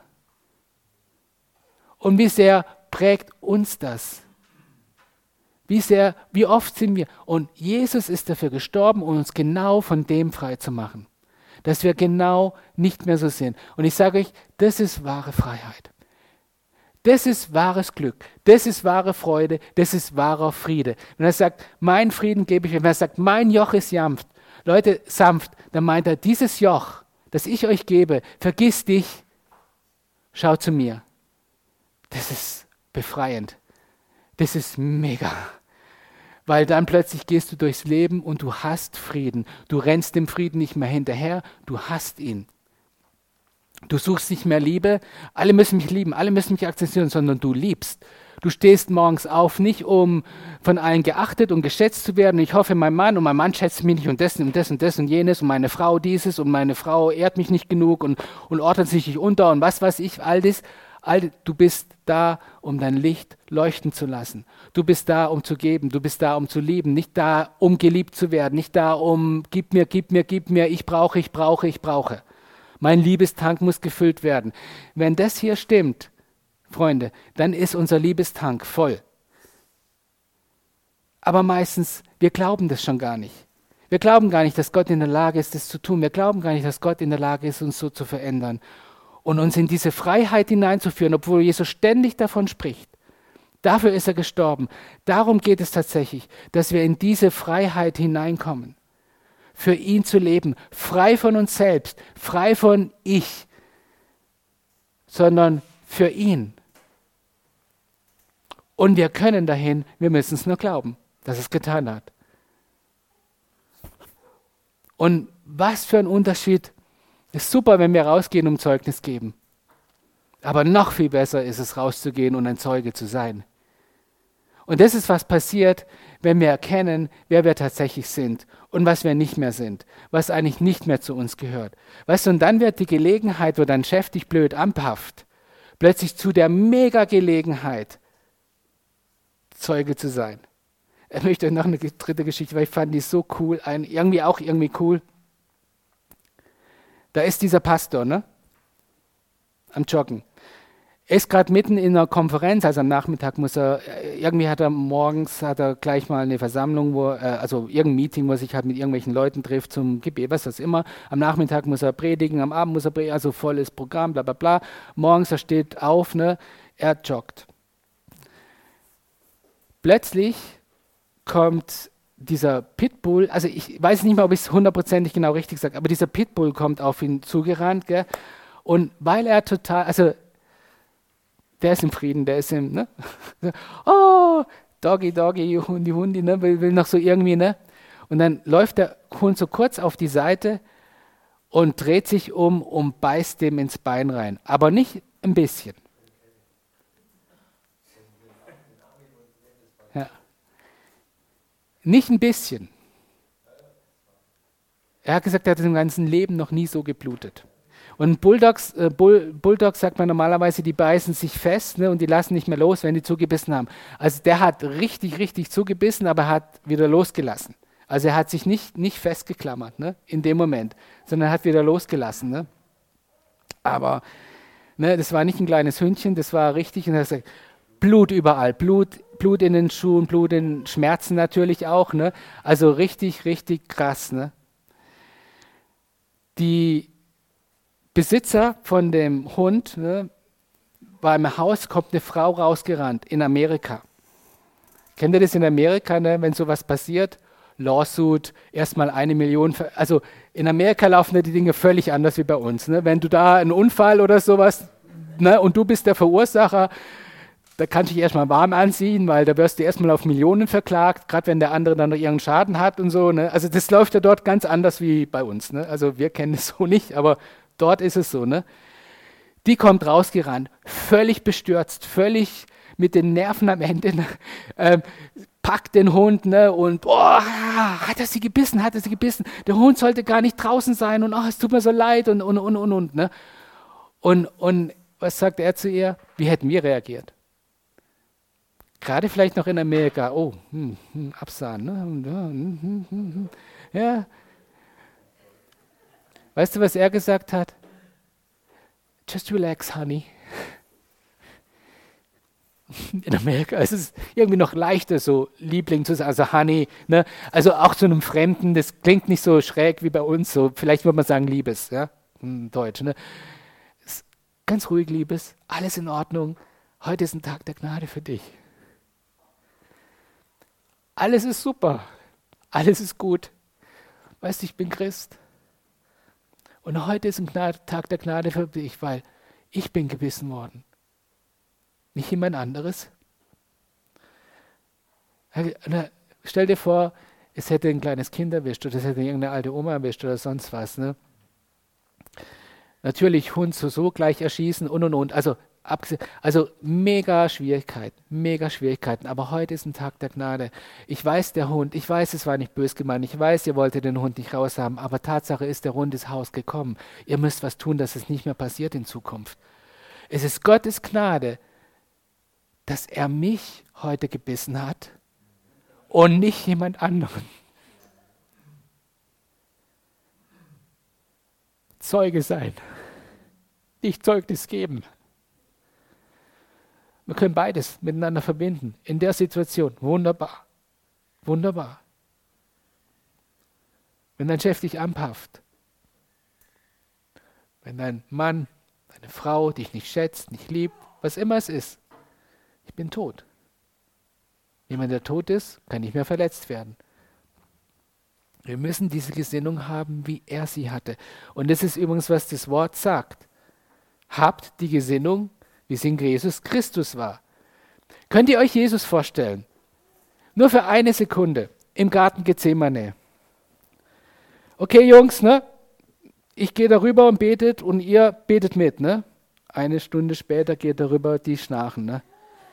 Und wie sehr prägt uns das? Wie sehr, wie oft sind wir? Und Jesus ist dafür gestorben, um uns genau von dem frei zu machen. Dass wir genau nicht mehr so sind. Und ich sage euch, das ist wahre Freiheit. Das ist wahres Glück. Das ist wahre Freude. Das ist wahrer Friede. Wenn er sagt, mein Frieden gebe ich euch. Wenn er sagt, mein Joch ist sanft. Leute, sanft. Dann meint er, dieses Joch, das ich euch gebe, vergiss dich, schau zu mir. Das ist befreiend. Das ist mega. Weil dann plötzlich gehst du durchs Leben und du hast Frieden. Du rennst dem Frieden nicht mehr hinterher, du hast ihn. Du suchst nicht mehr Liebe, alle müssen mich lieben, alle müssen mich akzeptieren, sondern du liebst. Du stehst morgens auf, nicht um von allen geachtet und geschätzt zu werden. Ich hoffe, mein Mann und mein Mann schätzt mich nicht und das und das und das und jenes und meine Frau dieses und meine Frau ehrt mich nicht genug und, und ordnet sich nicht unter und was weiß ich, all das. Du bist da, um dein Licht leuchten zu lassen. Du bist da, um zu geben. Du bist da, um zu lieben. Nicht da, um geliebt zu werden. Nicht da, um gib mir, gib mir, gib mir, ich brauche, ich brauche, ich brauche. Mein Liebestank muss gefüllt werden. Wenn das hier stimmt, Freunde, dann ist unser Liebestank voll. Aber meistens, wir glauben das schon gar nicht. Wir glauben gar nicht, dass Gott in der Lage ist, das zu tun. Wir glauben gar nicht, dass Gott in der Lage ist, uns so zu verändern. Und uns in diese Freiheit hineinzuführen, obwohl Jesus ständig davon spricht. Dafür ist er gestorben. Darum geht es tatsächlich, dass wir in diese Freiheit hineinkommen. Für ihn zu leben, frei von uns selbst, frei von ich, sondern für ihn. Und wir können dahin, wir müssen es nur glauben, dass es getan hat. Und was für ein Unterschied. Es ist super, wenn wir rausgehen und Zeugnis geben. Aber noch viel besser ist es, rauszugehen und ein Zeuge zu sein. Und das ist, was passiert, wenn wir erkennen, wer wir tatsächlich sind und was wir nicht mehr sind, was eigentlich nicht mehr zu uns gehört. Weißt du, und dann wird die Gelegenheit, wo dein Chef dich blöd anpafft, plötzlich zu der Mega-Gelegenheit, Zeuge zu sein. Ich möchte euch noch eine dritte Geschichte, weil ich fand die so cool, ein, irgendwie auch irgendwie cool. Da ist dieser Pastor, ne? Am Joggen. Er ist gerade mitten in einer Konferenz, also am Nachmittag muss er, irgendwie hat er morgens, hat er gleich mal eine Versammlung, wo, also irgendein Meeting, wo er sich halt mit irgendwelchen Leuten trifft zum Gebet, was das immer. Am Nachmittag muss er predigen, am Abend muss er predigen, also volles Programm, bla bla bla. Morgens, er steht auf, ne? Er joggt. Plötzlich kommt dieser Pitbull, also ich weiß nicht mehr, ob ich es hundertprozentig genau richtig sage, aber dieser Pitbull kommt auf ihn zugerannt, gell? Und weil er total, also der ist im Frieden, der ist im, ne? Oh, Doggy, Doggy, Hundi, Hundi, ne? Will, will noch so irgendwie, ne? Und dann läuft der Hund so kurz auf die Seite und dreht sich um und beißt dem ins Bein rein. Aber nicht ein bisschen. Ja. Nicht ein bisschen. Er hat gesagt, er hat in seinem ganzen Leben noch nie so geblutet. Und Bulldogs, äh, Bull, Bulldogs, sagt man normalerweise, die beißen sich fest, ne, und die lassen nicht mehr los, wenn die zugebissen haben. Also der hat richtig, richtig zugebissen, aber hat wieder losgelassen. Also er hat sich nicht, nicht festgeklammert, ne, in dem Moment, sondern hat wieder losgelassen. Ne. Aber ne, das war nicht ein kleines Hündchen, das war richtig. Und er hat gesagt, Blut überall, Blut, Blut in den Schuhen, Blut in Schmerzen natürlich auch. Ne. Also richtig, richtig krass. Ne. Die Besitzer von dem Hund, ne, war im Haus, kommt eine Frau rausgerannt in Amerika. Kennt ihr das in Amerika, ne, wenn sowas passiert? Lawsuit, erstmal eine Million. Also in Amerika laufen die Dinge völlig anders wie bei uns. Ne? Wenn du da einen Unfall oder sowas, ne, und du bist der Verursacher, da kannst du dich erstmal warm anziehen, weil da wirst du erstmal auf Millionen verklagt, gerade wenn der andere dann noch irgendeinen Schaden hat und so. Ne? Also das läuft ja dort ganz anders wie bei uns. Ne? Also wir kennen es so nicht, aber dort ist es so, ne? Die kommt rausgerannt, völlig bestürzt, völlig mit den Nerven am Ende, ne? ähm, packt den Hund, ne? Und boah, hat er sie gebissen, hat er sie gebissen. Der Hund sollte gar nicht draußen sein und oh, es tut mir so leid und und und und und. Ne? Und, und was sagt er zu ihr? Wie hätten wir reagiert? Gerade vielleicht noch in Amerika. Oh, hm, hm, absahen. Ne? Hm, hm, hm, hm. Ja. Weißt du, was er gesagt hat? Just relax, honey. In Amerika ist es irgendwie noch leichter, so Liebling zu sagen, also honey. Ne? Also auch zu einem Fremden, das klingt nicht so schräg wie bei uns. So, vielleicht würde man sagen Liebes, ja, in Deutsch. Ne? Ganz ruhig, Liebes, alles in Ordnung. Heute ist ein Tag der Gnade für dich. Alles ist super, alles ist gut. Weißt du, ich bin Christ. Und heute ist ein Gnade, Tag der Gnade für dich, weil ich bin gebissen worden. Nicht jemand anderes. Stell dir vor, es hätte ein kleines Kind erwischt oder es hätte irgendeine alte Oma erwischt oder sonst was. Ne? Natürlich Hund so, so gleich erschießen und und und. Also, also mega Schwierigkeiten, mega Schwierigkeiten. Aber heute ist ein Tag der Gnade. Ich weiß, der Hund, ich weiß, es war nicht bös gemeint. Ich weiß, ihr wolltet den Hund nicht raushaben. Aber Tatsache ist, der Hund ins Haus gekommen. Ihr müsst was tun, dass es nicht mehr passiert in Zukunft. Es ist Gottes Gnade, dass er mich heute gebissen hat und nicht jemand anderen. Zeuge sein, nicht Zeugnis geben. Wir können beides miteinander verbinden. In der Situation, wunderbar, wunderbar. Wenn dein Chef dich anpafft, wenn dein Mann, deine Frau dich nicht schätzt, nicht liebt, was immer es ist, ich bin tot. Jemand, der tot ist, kann nicht mehr verletzt werden. Wir müssen diese Gesinnung haben, wie er sie hatte. Und das ist übrigens, was das Wort sagt. Habt die Gesinnung, wie es in Jesus Christus war. Könnt ihr euch Jesus vorstellen? Nur für eine Sekunde im Garten Gethsemane. Okay, Jungs, ne? Ich gehe darüber und betet und ihr betet mit, ne? Eine Stunde später geht darüber die Schnarchen, ne?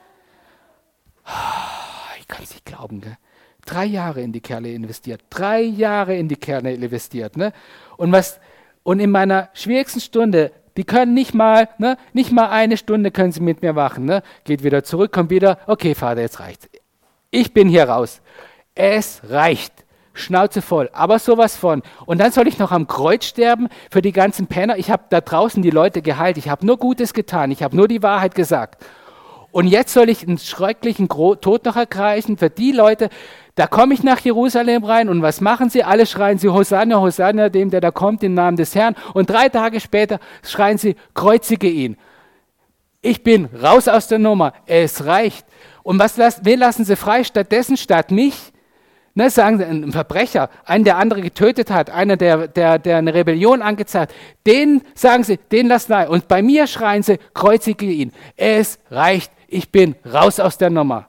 Ich kann es nicht glauben, gell? Drei Jahre in die Kerle investiert. Drei Jahre in die Kerle investiert. Ne? Und, was, und in meiner schwierigsten Stunde, die können nicht mal, ne, nicht mal eine Stunde können sie mit mir wachen. Ne? Geht wieder zurück, kommt wieder. Okay, Vater, jetzt reicht's. Ich bin hier raus. Es reicht. Schnauze voll. Aber sowas von. Und dann soll ich noch am Kreuz sterben für die ganzen Penner. Ich habe da draußen die Leute geheilt. Ich habe nur Gutes getan. Ich habe nur die Wahrheit gesagt. Und jetzt soll ich einen schrecklichen Tod noch ergreifen für die Leute. Da komme ich nach Jerusalem rein und was machen sie? Alle schreien sie Hosanna, Hosanna, dem, der da kommt, im Namen des Herrn. Und drei Tage später schreien sie, kreuzige ihn. Ich bin raus aus der Nummer. Es reicht. Und was las, wen lassen sie frei? Stattdessen, statt mich, ne, sagen sie, ein Verbrecher, einen, der andere getötet hat, einer, der, der, der eine Rebellion angezeigt hat, den sagen sie, den lassen frei. Und bei mir schreien sie, kreuzige ihn. Es reicht. Ich bin raus aus der Nummer.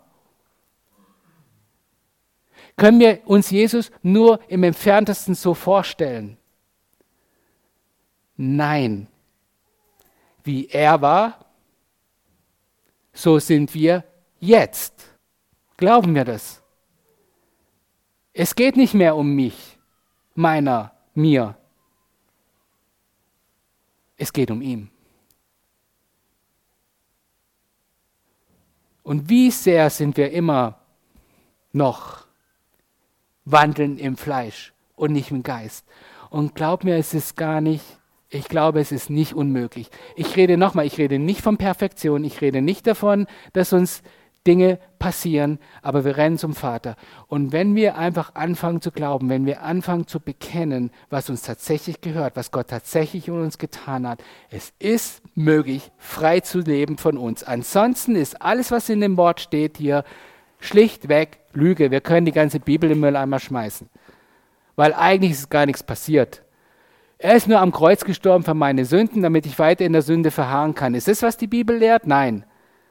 Können wir uns Jesus nur im Entferntesten so vorstellen? Nein. Wie er war, so sind wir jetzt. Glauben wir das? Es geht nicht mehr um mich, meiner mir. Es geht um ihn. Und wie sehr sind wir immer noch wandeln im Fleisch und nicht im Geist. Und glaub mir, es ist gar nicht, ich glaube, es ist nicht unmöglich. Ich rede nochmal, ich rede nicht von Perfektion, ich rede nicht davon, dass uns Dinge passieren, aber wir rennen zum Vater. Und wenn wir einfach anfangen zu glauben, wenn wir anfangen zu bekennen, was uns tatsächlich gehört, was Gott tatsächlich in uns getan hat, es ist möglich, frei zu leben von uns. Ansonsten ist alles, was in dem Wort steht hier, schlichtweg Lüge. Wir können die ganze Bibel im Mülleimer schmeißen, weil eigentlich ist gar nichts passiert. Er ist nur am Kreuz gestorben für meine Sünden, damit ich weiter in der Sünde verharren kann. Ist das, was die Bibel lehrt? Nein.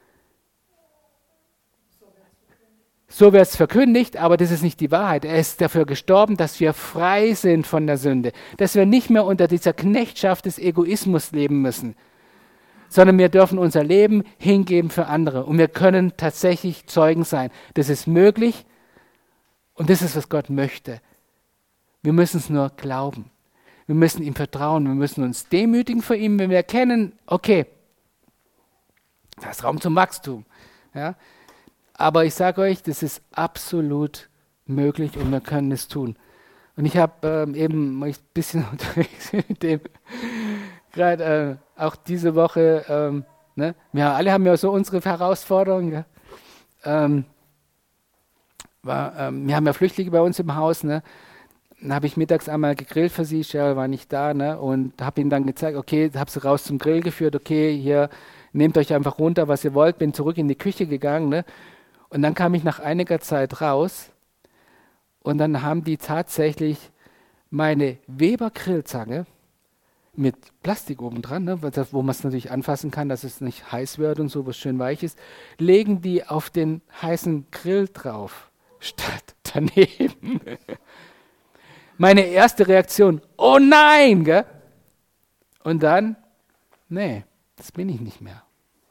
So wird es verkündigt, aber das ist nicht die Wahrheit. Er ist dafür gestorben, dass wir frei sind von der Sünde, dass wir nicht mehr unter dieser Knechtschaft des Egoismus leben müssen, sondern wir dürfen unser Leben hingeben für andere und wir können tatsächlich Zeugen sein. Das ist möglich und das ist, was Gott möchte. Wir müssen es nur glauben. Wir müssen ihm vertrauen, wir müssen uns demütigen vor ihm, wenn wir erkennen, okay, da ist Raum zum Wachstum. Ja? Aber ich sage euch, das ist absolut möglich und wir können es tun. Und ich habe ähm, eben ein bisschen unterwegs mit dem, gerade äh, auch diese Woche, ähm, ne? Wir alle haben ja so unsere Herausforderungen. Ja? Ähm, war, ähm, wir haben ja Flüchtlinge bei uns im Haus, ne? Dann habe ich mittags einmal gegrillt für sie, Cheryl war nicht da, ne? Und habe ihnen dann gezeigt, okay, habe sie raus zum Grill geführt, okay, hier, nehmt euch einfach runter, was ihr wollt, bin zurück in die Küche gegangen, ne? Und dann kam ich nach einiger Zeit raus und dann haben die tatsächlich meine Weber-Grillzange mit Plastik oben dran, ne, wo man es natürlich anfassen kann, dass es nicht heiß wird und so, was schön weich ist, legen die auf den heißen Grill drauf, statt daneben. Meine erste Reaktion, oh nein, gell? Und dann, nee, das bin ich nicht mehr.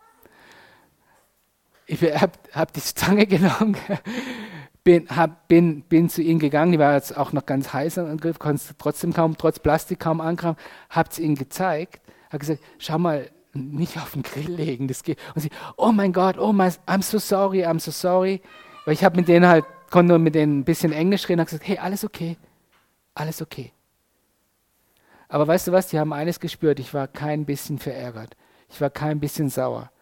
Ich habe hab die Stange genommen, bin, hab, bin, bin zu ihnen gegangen, die war jetzt auch noch ganz heiß am Griff, konnte trotzdem kaum, trotz Plastik kaum ankramen, habe es ihnen gezeigt, habe gesagt, schau mal, nicht auf den Grill legen, das geht. Und sie, oh mein Gott, oh my, I'm so sorry, I'm so sorry. Weil ich habe mit denen halt, konnte nur mit denen ein bisschen Englisch reden, habe gesagt, hey, alles okay, alles okay. Aber weißt du was, die haben eines gespürt, ich war kein bisschen verärgert, ich war kein bisschen sauer.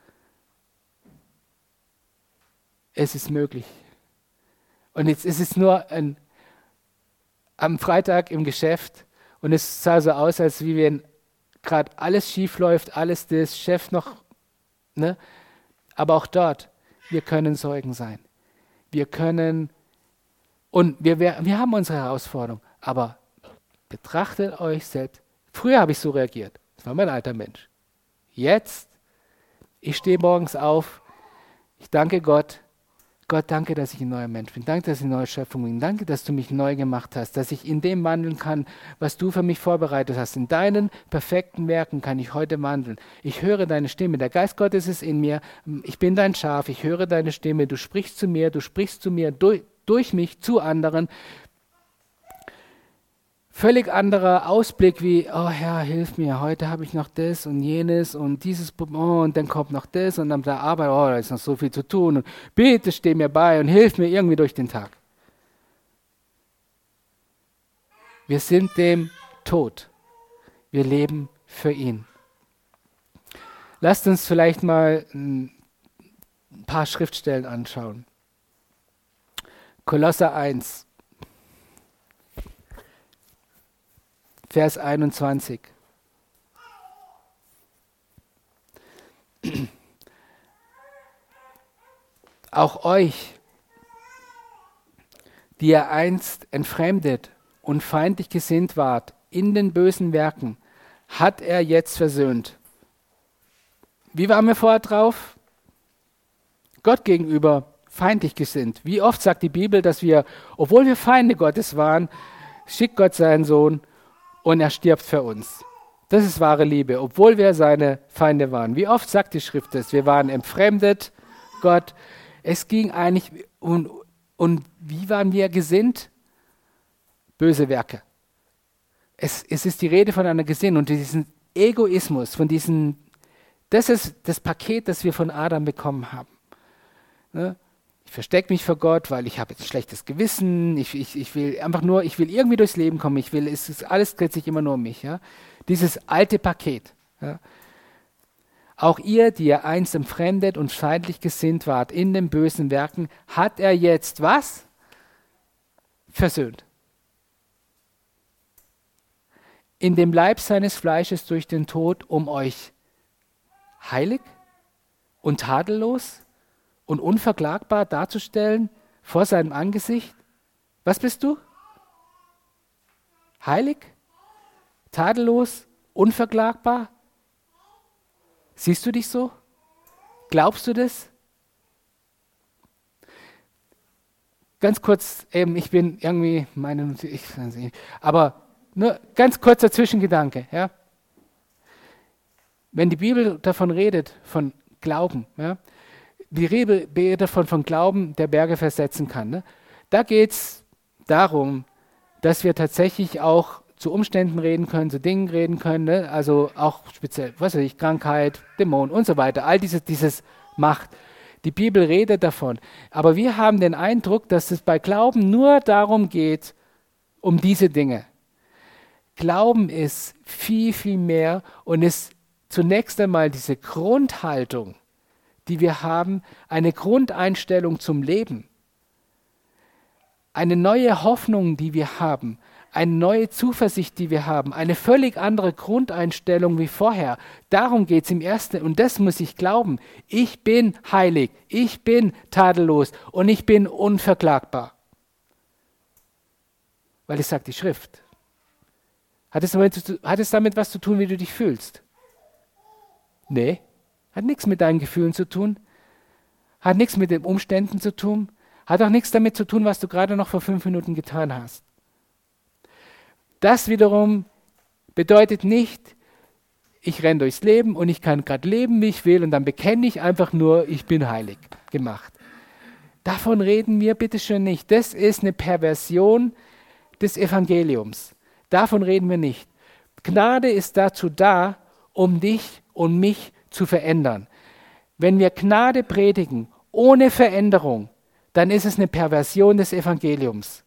Es ist möglich. Und jetzt ist es nur ein, am Freitag im Geschäft und es sah so aus, als wie wenn gerade alles schief läuft, alles das, Chef noch, ne? Aber auch dort, wir können Zeugen sein. Wir können, und wir, wir haben unsere Herausforderung, aber betrachtet euch selbst. Früher habe ich so reagiert, das war mein alter Mensch. Jetzt, ich stehe morgens auf, ich danke Gott, Gott, danke, dass ich ein neuer Mensch bin. Danke, dass ich eine neue Schöpfung bin. Danke, dass du mich neu gemacht hast, dass ich in dem wandeln kann, was du für mich vorbereitet hast. In deinen perfekten Werken kann ich heute wandeln. Ich höre deine Stimme. Der Geist Gottes ist in mir. Ich bin dein Schaf. Ich höre deine Stimme. Du sprichst zu mir. Du sprichst zu mir durch, durch mich zu anderen. Völlig anderer Ausblick wie, oh Herr, hilf mir, heute habe ich noch das und jenes und dieses, oh, und dann kommt noch das und dann der Arbeit, oh, da ist noch so viel zu tun und bitte steh mir bei und hilf mir irgendwie durch den Tag. Wir sind dem tot. Wir leben für ihn. Lasst uns vielleicht mal ein paar Schriftstellen anschauen. Kolosser eins. Vers einundzwanzig. Auch euch, die ihr einst entfremdet und feindlich gesinnt wart in den bösen Werken, hat er jetzt versöhnt. Wie waren wir vorher drauf? Gott gegenüber feindlich gesinnt. Wie oft sagt die Bibel, dass wir, obwohl wir Feinde Gottes waren, schickt Gott seinen Sohn und er stirbt für uns. Das ist wahre Liebe, obwohl wir seine Feinde waren. Wie oft sagt die Schrift das? Wir waren entfremdet, Gott. Es ging eigentlich, und, und wie waren wir gesinnt? Böse Werke. Es, es ist die Rede von einer Gesinnung und diesen Egoismus, von diesen, das ist das Paket, das wir von Adam bekommen haben. Ne? Ich verstecke mich vor Gott, weil ich habe jetzt ein schlechtes Gewissen. Ich, ich, ich will einfach nur, ich will irgendwie durchs Leben kommen. Ich will, es ist, alles dreht sich immer nur um mich. Ja? Dieses alte Paket. Ja? Auch ihr, die ihr einst entfremdet und feindlich gesinnt wart in den bösen Werken, hat er jetzt was? Versöhnt. In dem Leib seines Fleisches durch den Tod, um euch heilig und tadellos und unverklagbar darzustellen vor seinem Angesicht. Was bist du? Heilig? Tadellos? Unverklagbar? Siehst du dich so? Glaubst du das? Ganz kurz, eben, ich bin irgendwie, meine, ich, aber nur ganz kurzer Zwischengedanke. Ja? Wenn die Bibel davon redet, von Glauben, ja, die Rede davon von Glauben, der Berge versetzen kann. Ne? Da geht es darum, dass wir tatsächlich auch zu Umständen reden können, zu Dingen reden können, ne? Also auch speziell, was weiß ich, Krankheit, Dämonen und so weiter. All dieses, dieses Macht. Die Bibel redet davon. Aber wir haben den Eindruck, dass es bei Glauben nur darum geht, um diese Dinge. Glauben ist viel, viel mehr und ist zunächst einmal diese Grundhaltung, die wir haben, eine Grundeinstellung zum Leben, eine neue Hoffnung, die wir haben, eine neue Zuversicht, die wir haben, eine völlig andere Grundeinstellung wie vorher. Darum geht es im Ersten und das muss ich glauben. Ich bin heilig, ich bin tadellos und ich bin unverklagbar. Weil es sagt die Schrift. Hat es damit, hat es damit was zu tun, wie du dich fühlst? Nee. Hat nichts mit deinen Gefühlen zu tun, hat nichts mit den Umständen zu tun, hat auch nichts damit zu tun, was du gerade noch vor fünf Minuten getan hast. Das wiederum bedeutet nicht, ich renne durchs Leben und ich kann gerade leben, wie ich will und dann bekenne ich einfach nur, ich bin heilig gemacht. Davon reden wir bitteschön nicht. Das ist eine Perversion des Evangeliums. Davon reden wir nicht. Gnade ist dazu da, um dich und mich zu verändern. Wenn wir Gnade predigen, ohne Veränderung, dann ist es eine Perversion des Evangeliums.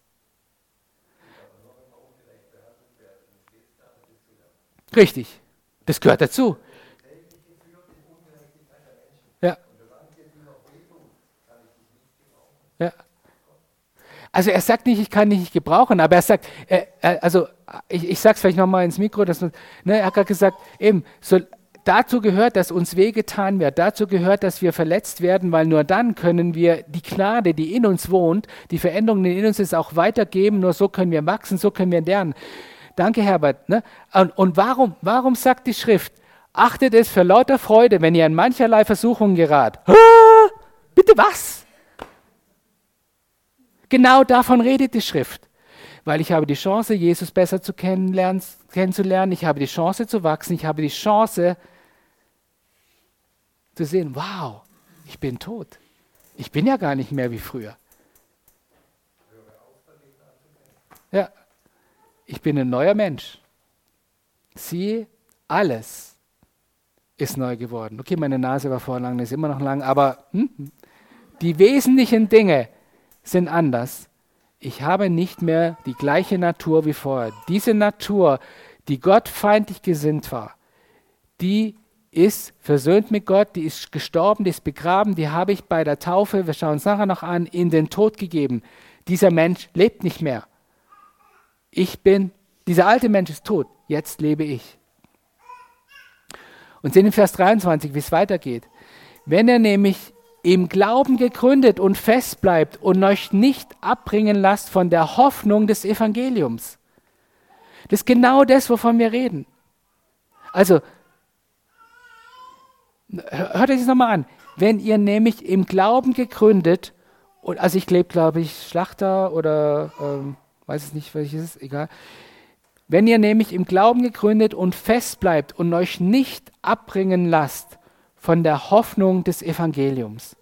Richtig, das gehört dazu. Ja. Ja. Also er sagt nicht, ich kann dich nicht gebrauchen, aber er sagt, äh, äh, also ich, ich sage es vielleicht nochmal ins Mikro, dass, ne, er hat gerade gesagt, eben, so, dazu gehört, dass uns wehgetan wird, dazu gehört, dass wir verletzt werden, weil nur dann können wir die Gnade, die in uns wohnt, die Veränderung, die in uns ist, auch weitergeben, nur so können wir wachsen, so können wir lernen. Danke, Herbert. Ne? Und, und warum, warum sagt die Schrift, achtet es für lauter Freude, wenn ihr in mancherlei Versuchungen gerat? Ah, bitte was? Genau davon redet die Schrift. Weil ich habe die Chance, Jesus besser zu kennenlernen, kennenzulernen, ich habe die Chance zu wachsen, ich habe die Chance zu sehen, wow, ich bin tot. Ich bin ja gar nicht mehr wie früher. Ja, ich bin ein neuer Mensch. Siehe, alles ist neu geworden. Okay, meine Nase war vorher lang, ist immer noch lang, aber hm, die wesentlichen Dinge sind anders. Ich habe nicht mehr die gleiche Natur wie vorher. Diese Natur, die Gott feindlich gesinnt war, die ist versöhnt mit Gott, die ist gestorben, die ist begraben, die habe ich bei der Taufe, wir schauen uns nachher noch an, in den Tod gegeben. Dieser Mensch lebt nicht mehr. Ich bin, dieser alte Mensch ist tot, jetzt lebe ich. Und sehen in Vers dreiundzwanzig, wie es weitergeht. Wenn er nämlich im Glauben gegründet und fest bleibt und euch nicht abbringen lasst von der Hoffnung des Evangeliums. Das ist genau das, wovon wir reden. Also, hört euch das nochmal an. Wenn ihr nämlich im Glauben gegründet, und also ich lebe, glaube ich, Schlachter oder ähm, weiß es nicht, welches ist, egal. Wenn ihr nämlich im Glauben gegründet und fest bleibt und euch nicht abbringen lasst von der Hoffnung des Evangeliums.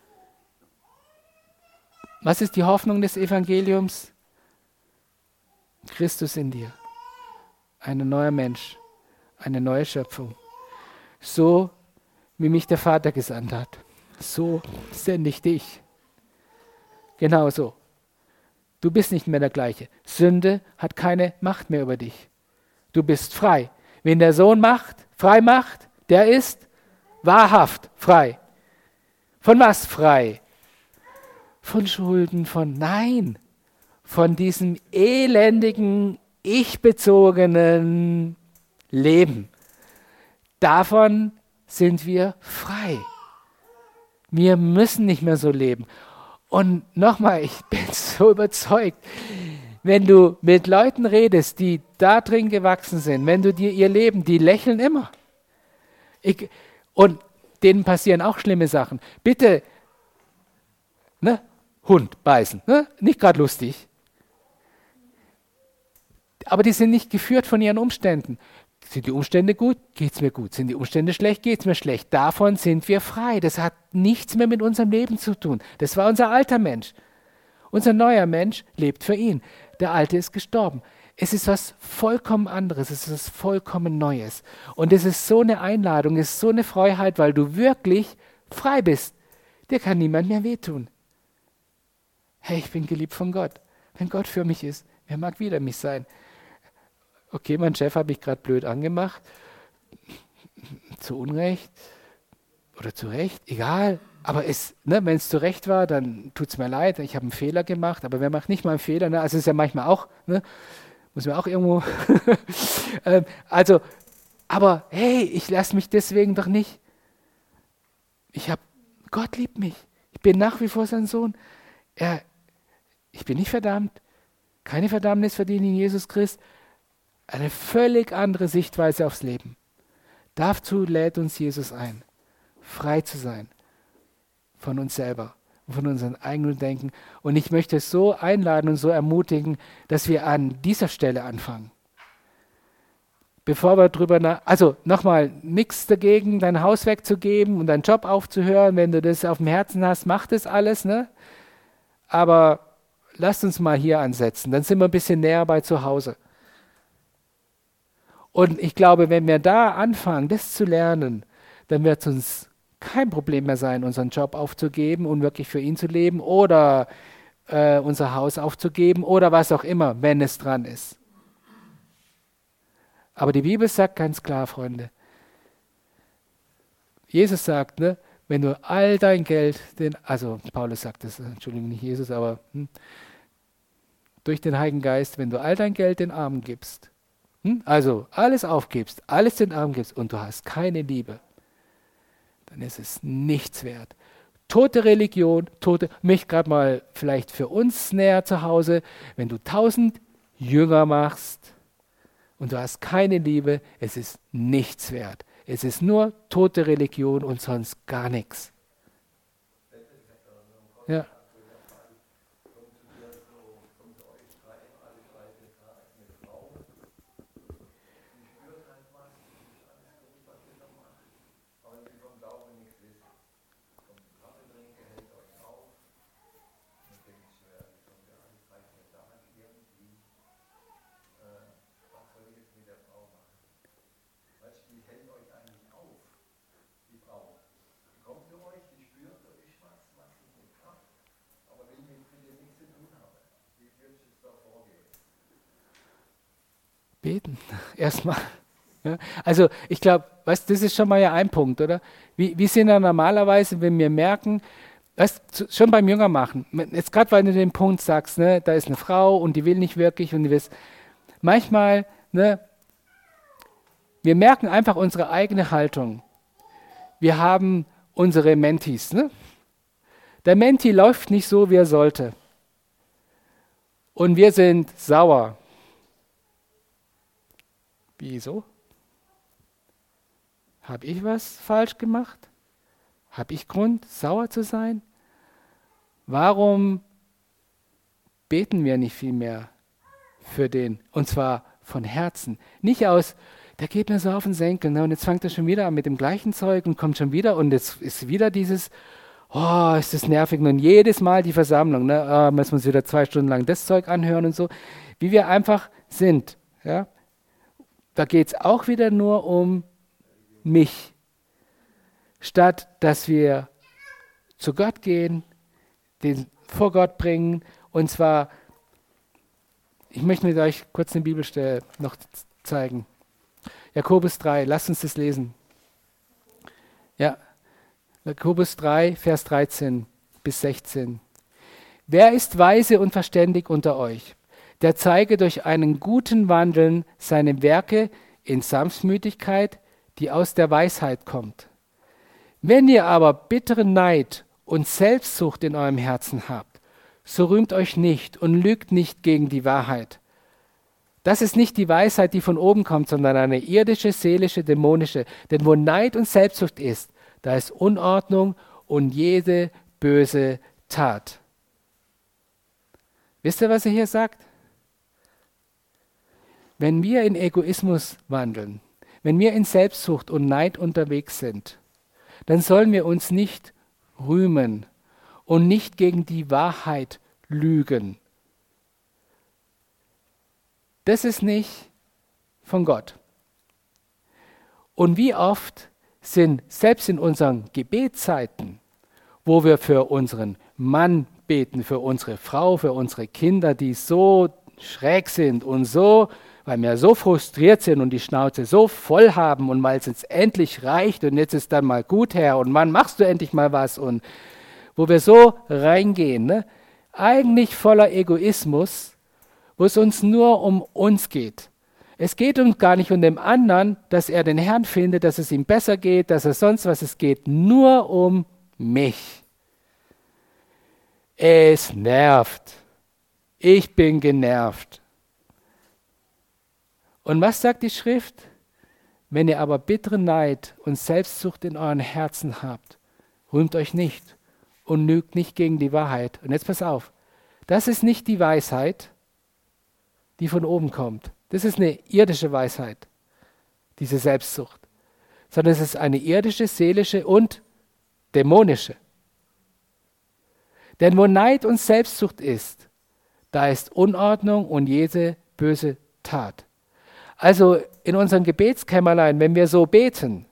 Was ist die Hoffnung des Evangeliums? Christus in dir. ein neuer Mensch, eine neue Schöpfung. So, wie mich der Vater gesandt hat, so sende ich dich. Genau so. Du bist nicht mehr der gleiche. Sünde hat keine Macht mehr über dich. Du bist frei. Wen der Sohn macht, frei macht, der ist wahrhaft frei. Von was frei? Von Schulden, von Nein. Von diesem elendigen, ich-bezogenen Leben. Davon sind wir frei. Wir müssen nicht mehr so leben. Und nochmal, ich bin so überzeugt, wenn du mit Leuten redest, die da drin gewachsen sind, wenn du dir ihr Leben, die lächeln immer. Ich, und denen passieren auch schlimme Sachen. Bitte, ne, Hund beißen, ne? Nicht gerade lustig. Aber die sind nicht geführt von ihren Umständen. Sind die Umstände gut? Geht's mir gut. Sind die Umstände schlecht? Geht's mir schlecht. Davon sind wir frei. Das hat nichts mehr mit unserem Leben zu tun. Das war unser alter Mensch. Unser neuer Mensch lebt für ihn. Der alte ist gestorben. Es ist was vollkommen anderes. Es ist was vollkommen Neues. Und es ist so eine Einladung, es ist so eine Freiheit, weil du wirklich frei bist. Dir kann niemand mehr wehtun. Hey, ich bin geliebt von Gott. Wenn Gott für mich ist, wer mag wider mich sein? Okay, mein Chef habe ich gerade blöd angemacht. Zu Unrecht oder zu Recht, egal. Aber es, ne, wenn es zu Recht war, dann tut es mir leid. Ich habe einen Fehler gemacht, aber wer macht nicht mal einen Fehler? Ne? Also es ist ja manchmal auch, ne? Muss man auch irgendwo. ähm, also, aber hey, ich lasse mich deswegen doch nicht. Ich habe, Gott liebt mich. Ich bin nach wie vor sein Sohn. Er, ich bin nicht verdammt. Keine Verdammnis verdiene in Jesus Christus. Eine völlig andere Sichtweise aufs Leben. Dazu lädt uns Jesus ein, frei zu sein von uns selber, von unserem eigenen Denken. Und ich möchte es so einladen und so ermutigen, dass wir an dieser Stelle anfangen. Bevor wir drüber nach, also nochmal, nichts dagegen, dein Haus wegzugeben und deinen Job aufzuhören, wenn du das auf dem Herzen hast, mach das alles, ne? Aber lasst uns mal hier ansetzen, dann sind wir ein bisschen näher bei zu Hause. Und ich glaube, wenn wir da anfangen, das zu lernen, dann wird es uns kein Problem mehr sein, unseren Job aufzugeben und wirklich für ihn zu leben oder äh, unser Haus aufzugeben oder was auch immer, wenn es dran ist. Aber die Bibel sagt ganz klar, Freunde, Jesus sagt, ne, wenn du all dein Geld, den, also Paulus sagt das, Entschuldigung, nicht Jesus, aber hm, durch den Heiligen Geist, wenn du all dein Geld den Armen gibst, also alles aufgibst, alles den Armen gibst und du hast keine Liebe, dann ist es nichts wert. Tote Religion, tote, mich gerade mal vielleicht für uns näher zu Hause, wenn du tausend Jünger machst und du hast keine Liebe, es ist nichts wert. Es ist nur tote Religion und sonst gar nichts. Ja. Beten, erstmal. Ja, also ich glaube, weißt, das ist schon mal ja ein Punkt, oder? Wie, wie sind da normalerweise, wenn wir merken, weißt, schon beim Jünger machen, jetzt gerade weil du den Punkt sagst, ne, da ist eine Frau und die will nicht wirklich und die will, manchmal, ne, wir merken einfach unsere eigene Haltung. Wir haben unsere Mentis, ne? Der Menti läuft nicht so, wie er sollte. Und wir sind sauer. Wieso? Habe ich was falsch gemacht? Habe ich Grund, sauer zu sein? Warum beten wir nicht viel mehr für den? Und zwar von Herzen. Nicht aus, der geht mir so auf den Senkel, ne? Und jetzt fängt er schon wieder an mit dem gleichen Zeug und kommt schon wieder und jetzt ist wieder dieses, oh, ist das nervig. Und jedes Mal die Versammlung, ne? Oh, müssen wir uns wieder zwei Stunden lang das Zeug anhören und so. Wie wir einfach sind, ja? da geht es auch wieder nur um mich. Statt dass wir zu Gott gehen, den vor Gott bringen, und zwar, ich möchte mit euch kurz eine Bibelstelle noch zeigen. Jakobus drei, lasst uns das lesen. Ja, Jakobus drei, Vers dreizehn bis sechzehn. Wer ist weise und verständig unter euch? Der zeige durch einen guten Wandeln seine Werke in Sanftmütigkeit, die aus der Weisheit kommt. Wenn ihr aber bitteren Neid und Selbstsucht in eurem Herzen habt, so rühmt euch nicht und lügt nicht gegen die Wahrheit. Das ist nicht die Weisheit, die von oben kommt, sondern eine irdische, seelische, dämonische. Denn wo Neid und Selbstsucht ist, da ist Unordnung und jede böse Tat. Wisst ihr, was er hier sagt? Wenn wir in Egoismus wandeln, wenn wir in Selbstsucht und Neid unterwegs sind, dann sollen wir uns nicht rühmen und nicht gegen die Wahrheit lügen. Das ist nicht von Gott. Und wie oft sind selbst in unseren Gebetszeiten, wo wir für unseren Mann beten, für unsere Frau, für unsere Kinder, die so schräg sind und so, weil wir so frustriert sind und die Schnauze so voll haben und weil es jetzt endlich reicht und jetzt ist dann mal gut, Herr, und Mann, machst du endlich mal was, und wo wir so reingehen, ne? Eigentlich voller Egoismus, wo es uns nur um uns geht. Es geht uns gar nicht um den anderen, dass er den Herrn findet, dass es ihm besser geht, dass er sonst was, es geht nur um mich. Es nervt. Ich bin genervt. Und was sagt die Schrift? Wenn ihr aber bittere Neid und Selbstsucht in euren Herzen habt, rühmt euch nicht und lügt nicht gegen die Wahrheit. Und jetzt pass auf, das ist nicht die Weisheit, die von oben kommt. Das ist eine irdische Weisheit, diese Selbstsucht. Sondern es ist eine irdische, seelische und dämonische. Denn wo Neid und Selbstsucht ist, da ist Unordnung und jede böse Tat. Also in unserem Gebetskämmerlein, wenn wir so beten,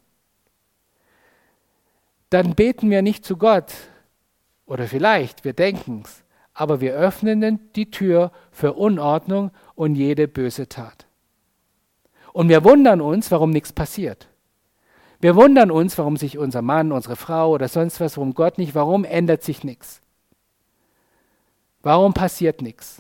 dann beten wir nicht zu Gott. Oder vielleicht, wir denken es. Aber wir öffnen die Tür für Unordnung und jede böse Tat. Und wir wundern uns, warum nichts passiert. Wir wundern uns, warum sich unser Mann, unsere Frau oder sonst was, warum Gott nicht, warum ändert sich nichts? Warum passiert nichts?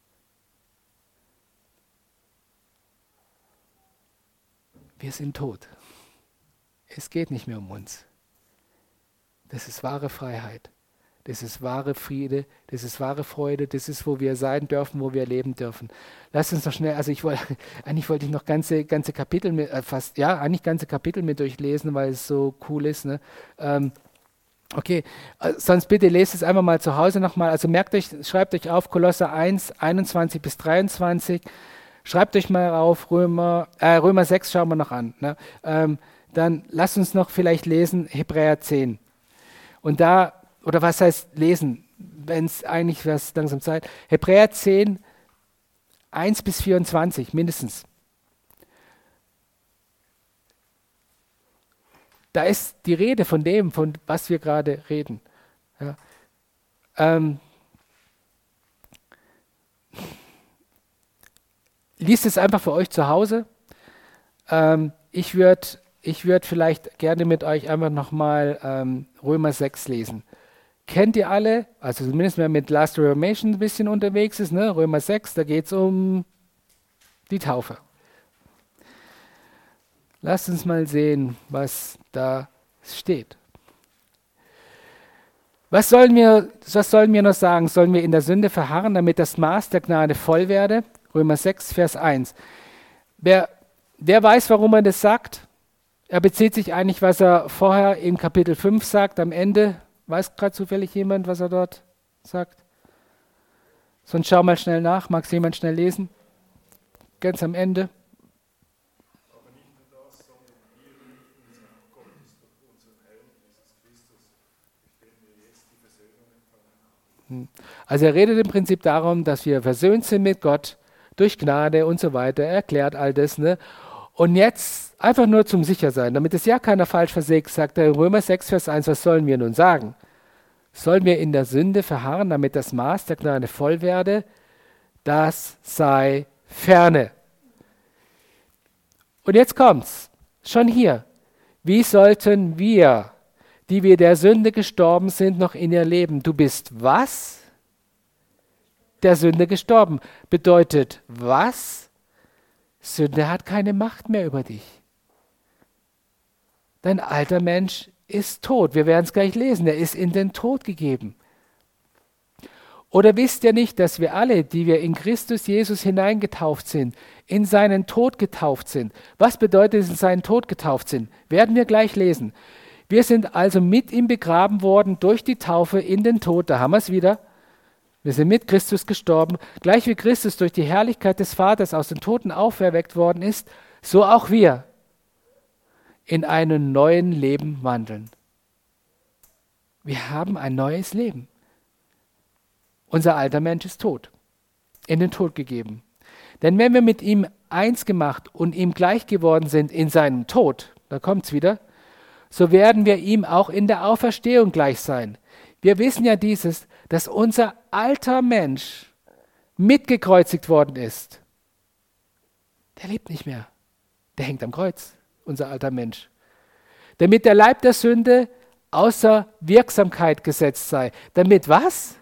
Wir sind tot. Es geht nicht mehr um uns. Das ist wahre Freiheit. Das ist wahre Friede, das ist wahre Freude, das ist, wo wir sein dürfen, wo wir leben dürfen. Lasst uns noch schnell, also ich wollte, eigentlich wollte ich noch ganze, ganze Kapitel mit, äh, fast, ja, eigentlich ganze Kapitel mit durchlesen, weil es so cool ist. Ne? Ähm, okay, äh, sonst bitte lest es einfach mal zu Hause nochmal. Also merkt euch, schreibt euch auf, Kolosser eins, einundzwanzig bis dreiundzwanzig. Schreibt euch mal auf, Römer, äh, Römer sechs schauen wir noch an. Ne? Ähm, dann lasst uns noch vielleicht lesen, Hebräer zehn. Und da, oder was heißt lesen, wenn es eigentlich was langsam Zeit. Hebräer zehn, eins bis vierundzwanzig mindestens. Da ist die Rede von dem, von was wir gerade reden. Ja. Ähm, liest es einfach für euch zu Hause. Ähm, ich würde ich würd vielleicht gerne mit euch einfach nochmal ähm, Römer sechs lesen. Kennt ihr alle, also zumindest wenn man mit Last Reformation ein bisschen unterwegs ist, ne? Römer sechs, da geht es um die Taufe. Lasst uns mal sehen, was da steht. Was sollen wir, was sollen wir noch sagen? Sollen wir in der Sünde verharren, damit das Maß der Gnade voll werde? Römer sechs, Vers eins. Wer, wer weiß, warum er das sagt? Er bezieht sich eigentlich, was er vorher in Kapitel fünf sagt, am Ende. Weiß gerade zufällig jemand, was er dort sagt? Sonst schau mal schnell nach. Mag es jemand schnell lesen? Ganz am Ende. Aber nicht nur das, sondern wir rufen unseren Gottes durch unseren Herrn Jesus Christus, durch den wir jetzt die Versöhnung empfangen haben. Also er redet im Prinzip darum, dass wir versöhnt sind mit Gott durch Gnade und so weiter. Er erklärt all das. Ne? Und jetzt, einfach nur zum Sichersein, damit es ja keiner falsch versägt, sagt er in Römer sechs, Vers eins, was sollen wir nun sagen? Sollen wir in der Sünde verharren, damit das Maß der Gnade voll werde? Das sei ferne. Und jetzt kommt's, schon hier. Wie sollten wir, die wir der Sünde gestorben sind, noch in ihr leben? Du bist was? Der Sünde gestorben. Bedeutet was? Sünde hat keine Macht mehr über dich. Dein alter Mensch ist tot. Wir werden es gleich lesen. Er ist in den Tod gegeben. Oder wisst ihr nicht, dass wir alle, die wir in Christus Jesus hineingetauft sind, in seinen Tod getauft sind? Was bedeutet es, in seinen Tod getauft sind? Werden wir gleich lesen. Wir sind also mit ihm begraben worden durch die Taufe in den Tod. Da haben wir es wieder. Wir sind mit Christus gestorben. Gleich wie Christus durch die Herrlichkeit des Vaters aus den Toten auferweckt worden ist, so auch wir in einem neuen Leben wandeln. Wir haben ein neues Leben. Unser alter Mensch ist tot, in den Tod gegeben. Denn wenn wir mit ihm eins gemacht und ihm gleich geworden sind in seinem Tod, da kommt es wieder, so werden wir ihm auch in der Auferstehung gleich sein. Wir wissen ja dieses, dass unser alter Mensch mitgekreuzigt worden ist. Der lebt nicht mehr. Der hängt am Kreuz, unser alter Mensch. Damit der Leib der Sünde außer Wirksamkeit gesetzt sei. Damit was?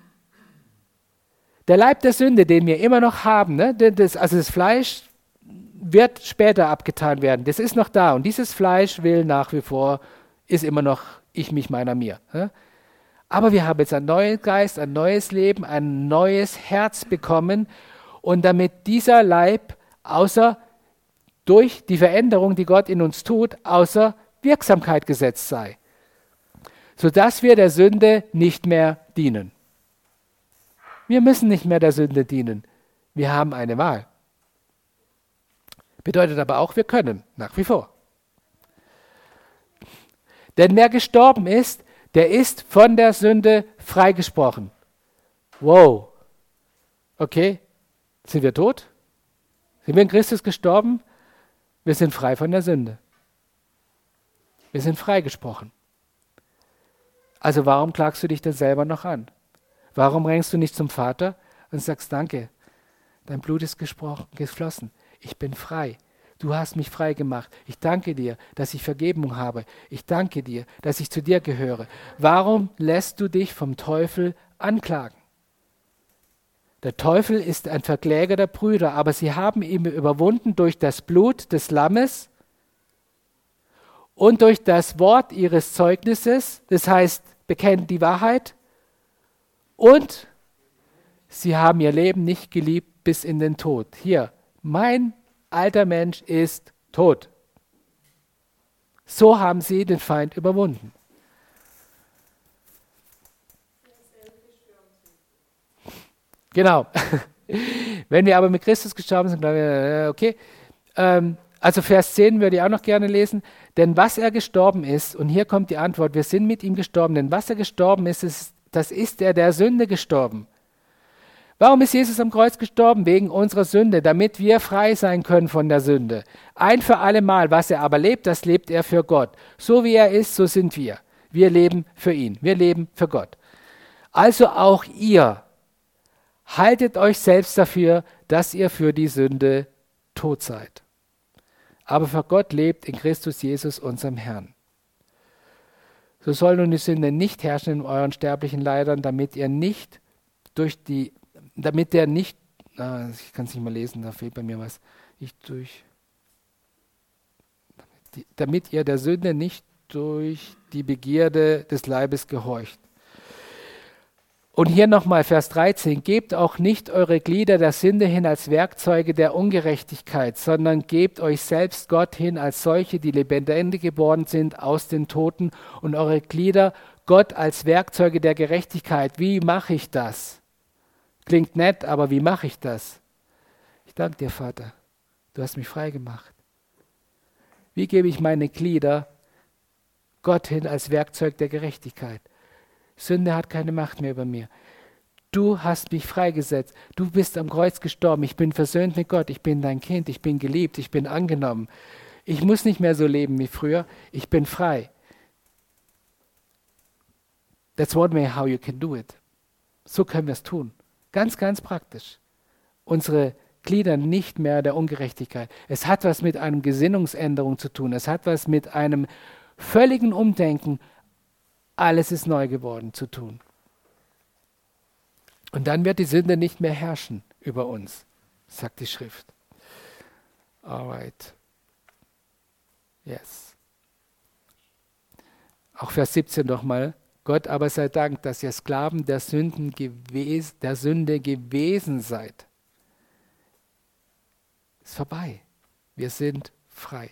Der Leib der Sünde, den wir immer noch haben, ne? das, also das Fleisch wird später abgetan werden. Das ist noch da und dieses Fleisch will nach wie vor, ist immer noch ich, mich, meiner, mir. Ne? Aber wir haben jetzt einen neuen Geist, ein neues Leben, ein neues Herz bekommen und damit dieser Leib außer durch die Veränderung, die Gott in uns tut, außer Wirksamkeit gesetzt sei, sodass wir der Sünde nicht mehr dienen. Wir müssen nicht mehr der Sünde dienen. Wir haben eine Wahl. Bedeutet aber auch, wir können, nach wie vor. Denn wer gestorben ist, der ist von der Sünde freigesprochen. Wow. Okay, sind wir tot? Sind wir in Christus gestorben? Wir sind frei von der Sünde. Wir sind freigesprochen. Also warum klagst du dich denn selber noch an? Warum rennst du nicht zum Vater und sagst, danke, dein Blut ist gesprochen, geflossen, ich bin frei. Du hast mich frei gemacht. Ich danke dir, dass ich Vergebung habe. Ich danke dir, dass ich zu dir gehöre. Warum lässt du dich vom Teufel anklagen? Der Teufel ist ein Verkläger der Brüder, aber sie haben ihn überwunden durch das Blut des Lammes und durch das Wort ihres Zeugnisses, das heißt, bekennen die Wahrheit, und sie haben ihr Leben nicht geliebt bis in den Tod. Hier, mein alter Mensch ist tot. So haben sie den Feind überwunden. Genau. Wenn wir aber mit Christus gestorben sind, glaube ich, okay. Ähm, also Vers zehn würde ich auch noch gerne lesen. Denn was er gestorben ist, und hier kommt die Antwort, wir sind mit ihm gestorben, denn was er gestorben ist, ist das ist er der Sünde gestorben. Warum ist Jesus am Kreuz gestorben? Wegen unserer Sünde, damit wir frei sein können von der Sünde. Ein für alle Mal, was er aber lebt, das lebt er für Gott. So wie er ist, so sind wir. Wir leben für ihn. Wir leben für Gott. Also auch ihr, haltet euch selbst dafür, dass ihr für die Sünde tot seid. Aber für Gott lebt in Christus Jesus, unserem Herrn. So soll nun die Sünde nicht herrschen in euren sterblichen Leibern, damit ihr nicht durch die, damit der nicht, ah, ich kann es nicht mal lesen, da fehlt bei mir was, ich durch, damit, die, damit ihr der Sünde nicht durch die Begierde des Leibes gehorcht. Und hier nochmal Vers dreizehn, gebt auch nicht eure Glieder der Sünde hin als Werkzeuge der Ungerechtigkeit, sondern gebt euch selbst Gott hin als solche, die lebendig geboren sind aus den Toten und eure Glieder Gott als Werkzeuge der Gerechtigkeit. Wie mache ich das? Klingt nett, aber wie mache ich das? Ich danke dir, Vater, du hast mich frei gemacht. Wie gebe ich meine Glieder Gott hin als Werkzeug der Gerechtigkeit? Sünde hat keine Macht mehr über mir. Du hast mich freigesetzt. Du bist am Kreuz gestorben. Ich bin versöhnt mit Gott. Ich bin dein Kind. Ich bin geliebt. Ich bin angenommen. Ich muss nicht mehr so leben wie früher. Ich bin frei. That's one way how you can do it. So können wir es tun. Ganz, ganz praktisch. Unsere Glieder nicht mehr der Ungerechtigkeit. Es hat was mit einer Gesinnungsänderung zu tun. Es hat was mit einem völligen Umdenken. Alles ist neu geworden zu tun. Und dann wird die Sünde nicht mehr herrschen über uns, sagt die Schrift. Alright. Yes. Auch Vers siebzehn nochmal. Gott aber sei Dank, dass ihr Sklaven der, Sünden gewes- der Sünde gewesen seid. Ist vorbei. Wir sind frei.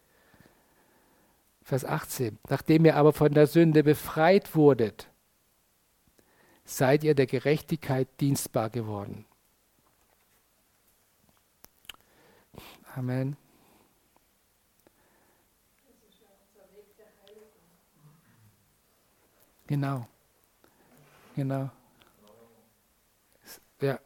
Vers achtzehn. Nachdem ihr aber von der Sünde befreit wurdet, seid ihr der Gerechtigkeit dienstbar geworden. Amen. Genau. Genau. Ja.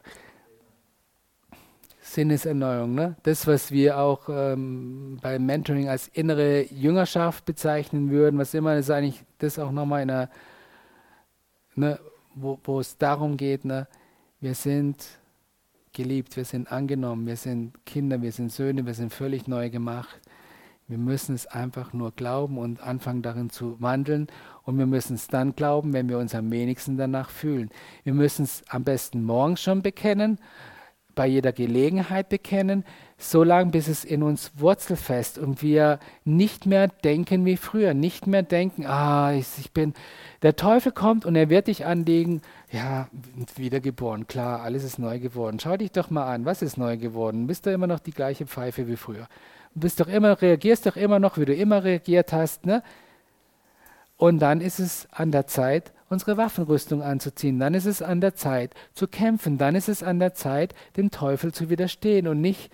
Sinneserneuerung, ne? Das, was wir auch ähm, beim Mentoring als innere Jüngerschaft bezeichnen würden, was immer, ist eigentlich das auch nochmal in einer, ne, wo, wo es darum geht, ne, wir sind geliebt, wir sind angenommen, wir sind Kinder, wir sind Söhne, wir sind völlig neu gemacht. Wir müssen es einfach nur glauben und anfangen darin zu wandeln. Und wir müssen es dann glauben, wenn wir uns am wenigsten danach fühlen. Wir müssen es am besten morgens schon bekennen, bei jeder Gelegenheit bekennen, so lange, bis es in uns wurzelfest und wir nicht mehr denken wie früher, nicht mehr denken, ah, ich, ich bin, der Teufel kommt und er wird dich anlegen, ja, wiedergeboren, klar, alles ist neu geworden. Schau dich doch mal an, was ist neu geworden? Bist du immer noch die gleiche Pfeife wie früher? Du bist doch immer, reagierst doch immer noch, wie du immer reagiert hast, ne? Und dann ist es an der Zeit, unsere Waffenrüstung anzuziehen. Dann ist es an der Zeit, zu kämpfen. Dann ist es an der Zeit, dem Teufel zu widerstehen und nicht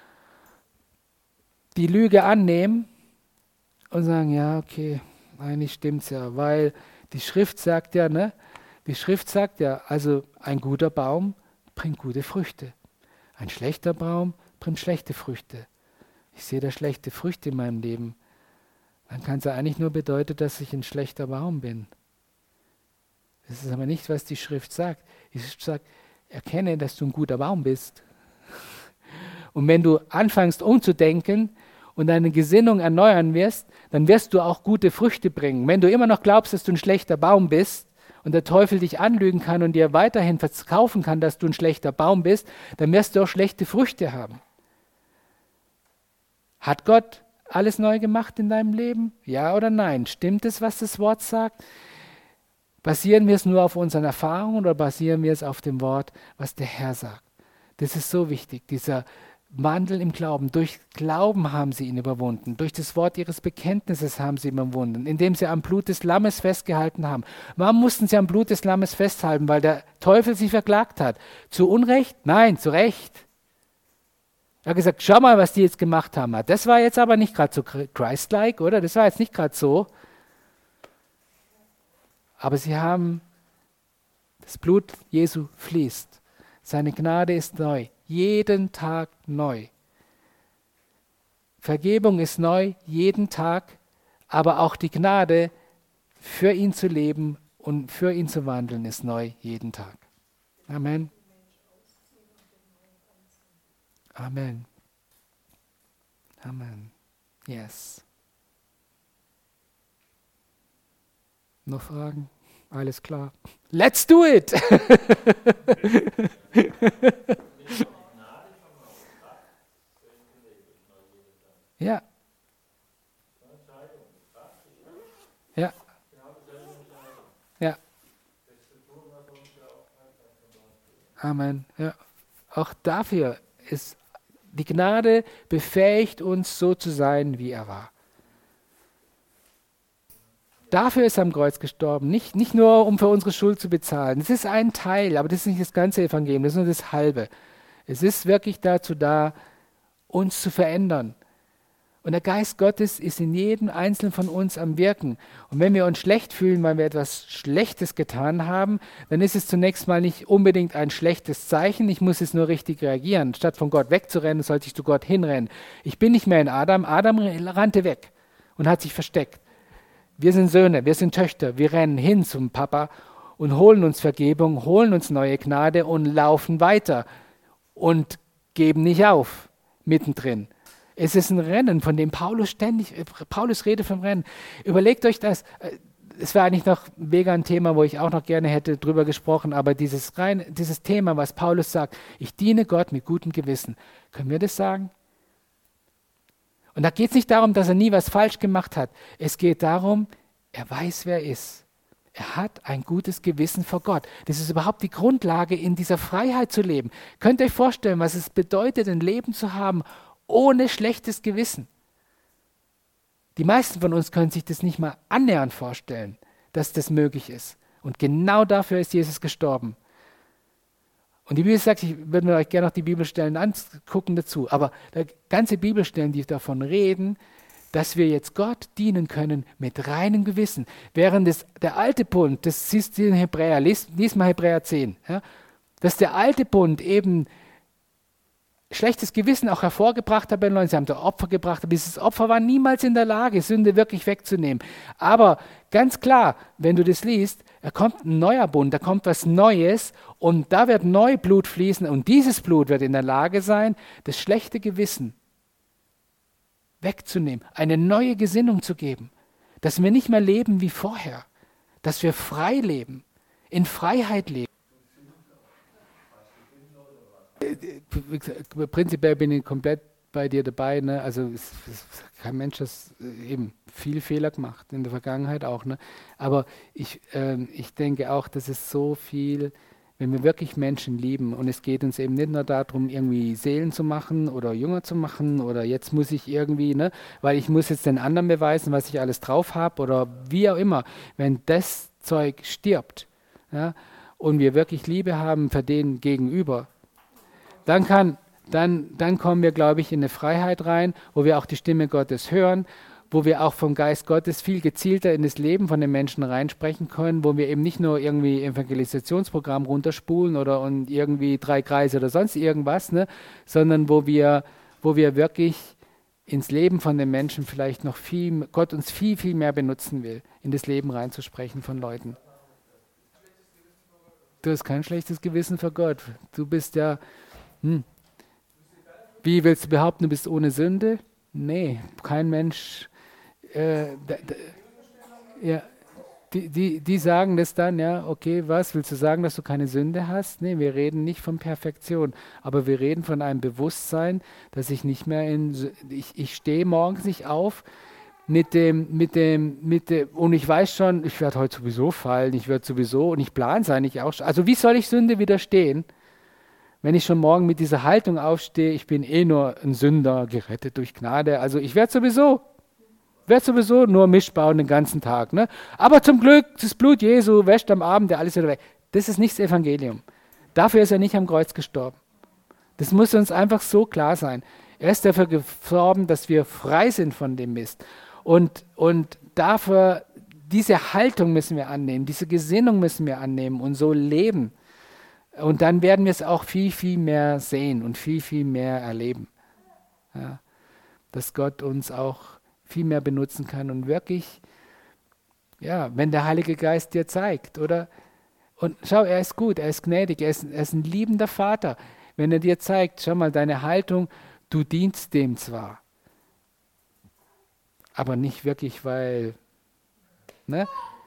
die Lüge annehmen und sagen, ja, okay, eigentlich stimmt's ja, weil die Schrift sagt ja, ne? Die Schrift sagt ja, also ein guter Baum bringt gute Früchte. Ein schlechter Baum bringt schlechte Früchte. Ich sehe da schlechte Früchte in meinem Leben. Dann kann es ja eigentlich nur bedeuten, dass ich ein schlechter Baum bin. Das ist aber nicht, was die Schrift sagt. Die Schrift sagt, erkenne, dass du ein guter Baum bist. Und wenn du anfängst umzudenken und deine Gesinnung erneuern wirst, dann wirst du auch gute Früchte bringen. Wenn du immer noch glaubst, dass du ein schlechter Baum bist und der Teufel dich anlügen kann und dir weiterhin verkaufen kann, dass du ein schlechter Baum bist, dann wirst du auch schlechte Früchte haben. Hat Gott alles neu gemacht in deinem Leben? Ja oder nein? Stimmt es, was das Wort sagt? Basieren wir es nur auf unseren Erfahrungen oder basieren wir es auf dem Wort, was der Herr sagt? Das ist so wichtig, dieser Wandel im Glauben. Durch Glauben haben sie ihn überwunden. Durch das Wort ihres Bekenntnisses haben sie ihn überwunden, indem sie am Blut des Lammes festgehalten haben. Warum mussten sie am Blut des Lammes festhalten? Weil der Teufel sie verklagt hat. Zu Unrecht? Nein, zu Recht. Er hat gesagt, schau mal, was die jetzt gemacht haben. Das war jetzt aber nicht gerade so Christ-like, oder? Das war jetzt nicht gerade so. Aber sie haben, das Blut Jesu fließt. Seine Gnade ist neu. Jeden Tag neu. Vergebung ist neu, jeden Tag. Aber auch die Gnade, für ihn zu leben und für ihn zu wandeln, ist neu, jeden Tag. Amen. Amen. Amen. Yes. Noch Fragen? Alles klar. Let's do it! Ja. Ja. Ja. Amen. Ja. Auch dafür ist die Gnade befähigt uns, so zu sein, wie er war. Dafür ist er am Kreuz gestorben, nicht, nicht nur, um für unsere Schuld zu bezahlen. Das ist ein Teil, aber das ist nicht das ganze Evangelium, das ist nur das Halbe. Es ist wirklich dazu da, uns zu verändern. Und der Geist Gottes ist in jedem Einzelnen von uns am Wirken. Und wenn wir uns schlecht fühlen, weil wir etwas Schlechtes getan haben, dann ist es zunächst mal nicht unbedingt ein schlechtes Zeichen. Ich muss es nur richtig reagieren. Statt von Gott wegzurennen, sollte ich zu Gott hinrennen. Ich bin nicht mehr in Adam. Adam rannte weg und hat sich versteckt. Wir sind Söhne, wir sind Töchter. Wir rennen hin zum Papa und holen uns Vergebung, holen uns neue Gnade und laufen weiter und geben nicht auf mittendrin. Es ist ein Rennen, von dem Paulus ständig, Paulus redet vom Rennen. Überlegt euch das. Es war eigentlich noch mega ein Thema, wo ich auch noch gerne hätte drüber gesprochen, aber dieses, rein, dieses Thema, was Paulus sagt, ich diene Gott mit gutem Gewissen. Können wir das sagen? Und da geht es nicht darum, dass er nie was falsch gemacht hat. Es geht darum, er weiß, wer er ist. Er hat ein gutes Gewissen vor Gott. Das ist überhaupt die Grundlage, in dieser Freiheit zu leben. Könnt ihr euch vorstellen, was es bedeutet, ein Leben zu haben, ohne schlechtes Gewissen? Die meisten von uns können sich das nicht mal annähernd vorstellen, dass das möglich ist. Und genau dafür ist Jesus gestorben. Und die Bibel sagt, ich würde mir euch gerne noch die Bibelstellen angucken dazu, aber ganze Bibelstellen, die davon reden, dass wir jetzt Gott dienen können mit reinem Gewissen. Während das, der alte Bund, das siehst du in Hebräer, lies, lies mal Hebräer zehn, ja, dass der alte Bund eben schlechtes Gewissen auch hervorgebracht hat bei den Leuten. Sie haben da Opfer gebracht, aber dieses Opfer war niemals in der Lage, Sünde wirklich wegzunehmen. Aber ganz klar, wenn du das liest, da kommt ein neuer Bund, da kommt was Neues und da wird neu Blut fließen und dieses Blut wird in der Lage sein, das schlechte Gewissen wegzunehmen, eine neue Gesinnung zu geben, dass wir nicht mehr leben wie vorher, dass wir frei leben, in Freiheit leben. Prinzipiell bin ich komplett bei dir dabei, ne? Also es, es, kein Mensch hat eben viel Fehler gemacht, in der Vergangenheit auch, ne? Aber ich, ähm, ich denke auch, dass es so viel, wenn wir wirklich Menschen lieben und es geht uns eben nicht nur darum, irgendwie Seelen zu machen oder Jünger zu machen oder jetzt muss ich irgendwie, ne, weil ich muss jetzt den anderen beweisen, was ich alles drauf habe oder wie auch immer, wenn das Zeug stirbt, ja, und wir wirklich Liebe haben für den Gegenüber, Dann, kann, dann, dann kommen wir, glaube ich, in eine Freiheit rein, wo wir auch die Stimme Gottes hören, wo wir auch vom Geist Gottes viel gezielter in das Leben von den Menschen reinsprechen können, wo wir eben nicht nur irgendwie Evangelisationsprogramm runterspulen oder und irgendwie drei Kreise oder sonst irgendwas, ne, sondern wo wir, wo wir wirklich ins Leben von den Menschen vielleicht noch viel, Gott uns viel, viel mehr benutzen will, in das Leben reinzusprechen von Leuten. Du hast kein schlechtes Gewissen für Gott. Du bist ja... Hm. Wie willst du behaupten, du bist ohne Sünde? Nee, kein Mensch. Äh, da, da, ja, die, die, die sagen das dann, ja, okay, was, willst du sagen, dass du keine Sünde hast? Nee, wir reden nicht von Perfektion, aber wir reden von einem Bewusstsein, dass ich nicht mehr in, ich, ich stehe morgens nicht auf mit dem, mit dem, mit dem, und ich weiß schon, ich werde heute sowieso fallen, ich werde sowieso, und ich plane es eigentlich auch schon. Also wie soll ich Sünde widerstehen? Wenn ich schon morgen mit dieser Haltung aufstehe, ich bin eh nur ein Sünder, gerettet durch Gnade, also ich werde sowieso, werde sowieso nur Mist bauen den ganzen Tag. Ne? Aber zum Glück, das Blut Jesu wäscht am Abend ja alles wieder weg. Das ist nicht das Evangelium. Dafür ist er nicht am Kreuz gestorben. Das muss uns einfach so klar sein. Er ist dafür gestorben, dass wir frei sind von dem Mist. Und, und dafür, diese Haltung müssen wir annehmen, diese Gesinnung müssen wir annehmen und so leben. Und dann werden wir es auch viel, viel mehr sehen und viel, viel mehr erleben. Ja, dass Gott uns auch viel mehr benutzen kann und wirklich, ja, wenn der Heilige Geist dir zeigt, oder? Und schau, er ist gut, er ist gnädig, er ist, er ist ein liebender Vater. Wenn er dir zeigt, schau mal, deine Haltung, du dienst dem zwar, aber nicht wirklich, weil, ne?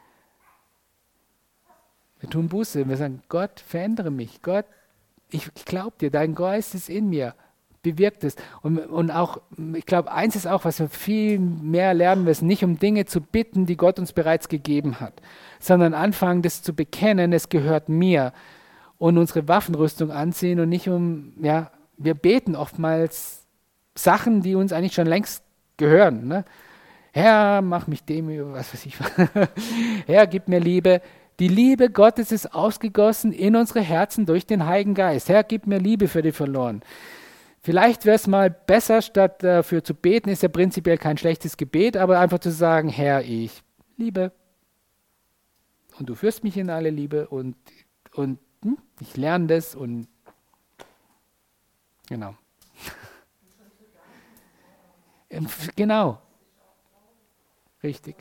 Wir tun Buße, wir sagen, Gott, verändere mich. Gott, ich glaube dir, dein Geist ist in mir, bewirkt es. Und, und auch, ich glaube, eins ist auch, was wir viel mehr lernen müssen, nicht um Dinge zu bitten, die Gott uns bereits gegeben hat, sondern anfangen, das zu bekennen, es gehört mir und unsere Waffenrüstung anziehen und nicht um, ja, wir beten oftmals Sachen, die uns eigentlich schon längst gehören. Ne? Herr, mach mich dem, was weiß ich, Herr, gib mir Liebe. Die Liebe Gottes ist ausgegossen in unsere Herzen durch den Heiligen Geist. Herr, gib mir Liebe für die Verlorenen. Vielleicht wäre es mal besser, statt dafür zu beten, ist ja prinzipiell kein schlechtes Gebet, aber einfach zu sagen, Herr, ich liebe und du führst mich in alle Liebe und, und hm, ich lerne das und genau. Genau. Richtig.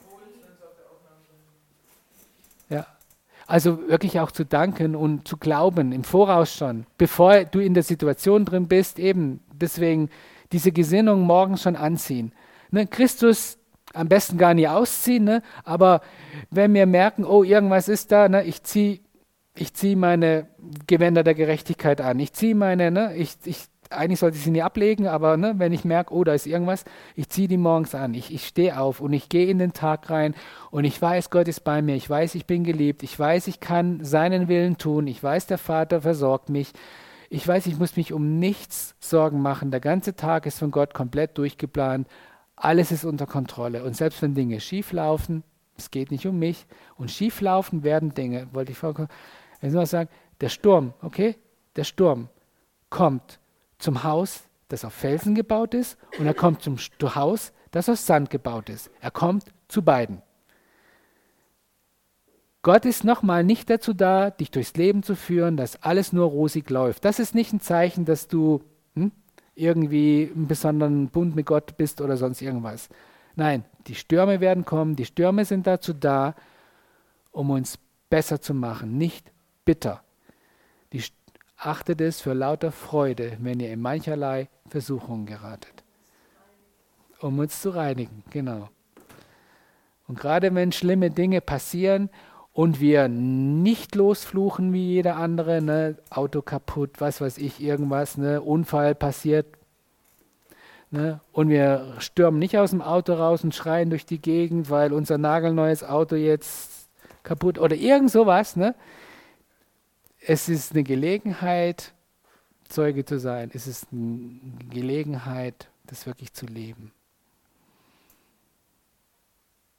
Ja. Also wirklich auch zu danken und zu glauben, im Voraus schon, bevor du in der Situation drin bist, eben deswegen diese Gesinnung morgens schon anziehen. Ne, Christus am besten gar nicht ausziehen, ne, aber wenn wir merken, oh, irgendwas ist da, ne, ich ziehe ich zieh meine Gewänder der Gerechtigkeit an, ich ziehe meine, ne, ich, ich eigentlich sollte ich sie nie ablegen, aber ne, wenn ich merke, oh, da ist irgendwas, ich ziehe die morgens an, ich, ich stehe auf und ich gehe in den Tag rein und ich weiß, Gott ist bei mir, ich weiß, ich bin geliebt, ich weiß, ich kann seinen Willen tun, ich weiß, der Vater versorgt mich, ich weiß, ich muss mich um nichts Sorgen machen, der ganze Tag ist von Gott komplett durchgeplant, alles ist unter Kontrolle und selbst wenn Dinge schief laufen, es geht nicht um mich und schief laufen werden Dinge, wollte ich vorhin sagen, der Sturm, okay, der Sturm kommt zum Haus, das auf Felsen gebaut ist, und er kommt zum Haus, das aus Sand gebaut ist. Er kommt zu beiden. Gott ist nochmal nicht dazu da, dich durchs Leben zu führen, dass alles nur rosig läuft. Das ist nicht ein Zeichen, dass du hm, irgendwie einen besonderen Bund mit Gott bist oder sonst irgendwas. Nein, die Stürme werden kommen. Die Stürme sind dazu da, um uns besser zu machen, nicht bitter. Die Achtet es für lauter Freude, wenn ihr in mancherlei Versuchungen geratet. Um uns zu reinigen, genau. Und gerade wenn schlimme Dinge passieren und wir nicht losfluchen wie jeder andere, ne, Auto kaputt, was weiß ich, irgendwas, ne, Unfall passiert, ne, und wir stürmen nicht aus dem Auto raus und schreien durch die Gegend, weil unser nagelneues Auto jetzt kaputt oder irgend sowas, ne. Es ist eine Gelegenheit, Zeuge zu sein. Es ist eine Gelegenheit, das wirklich zu leben.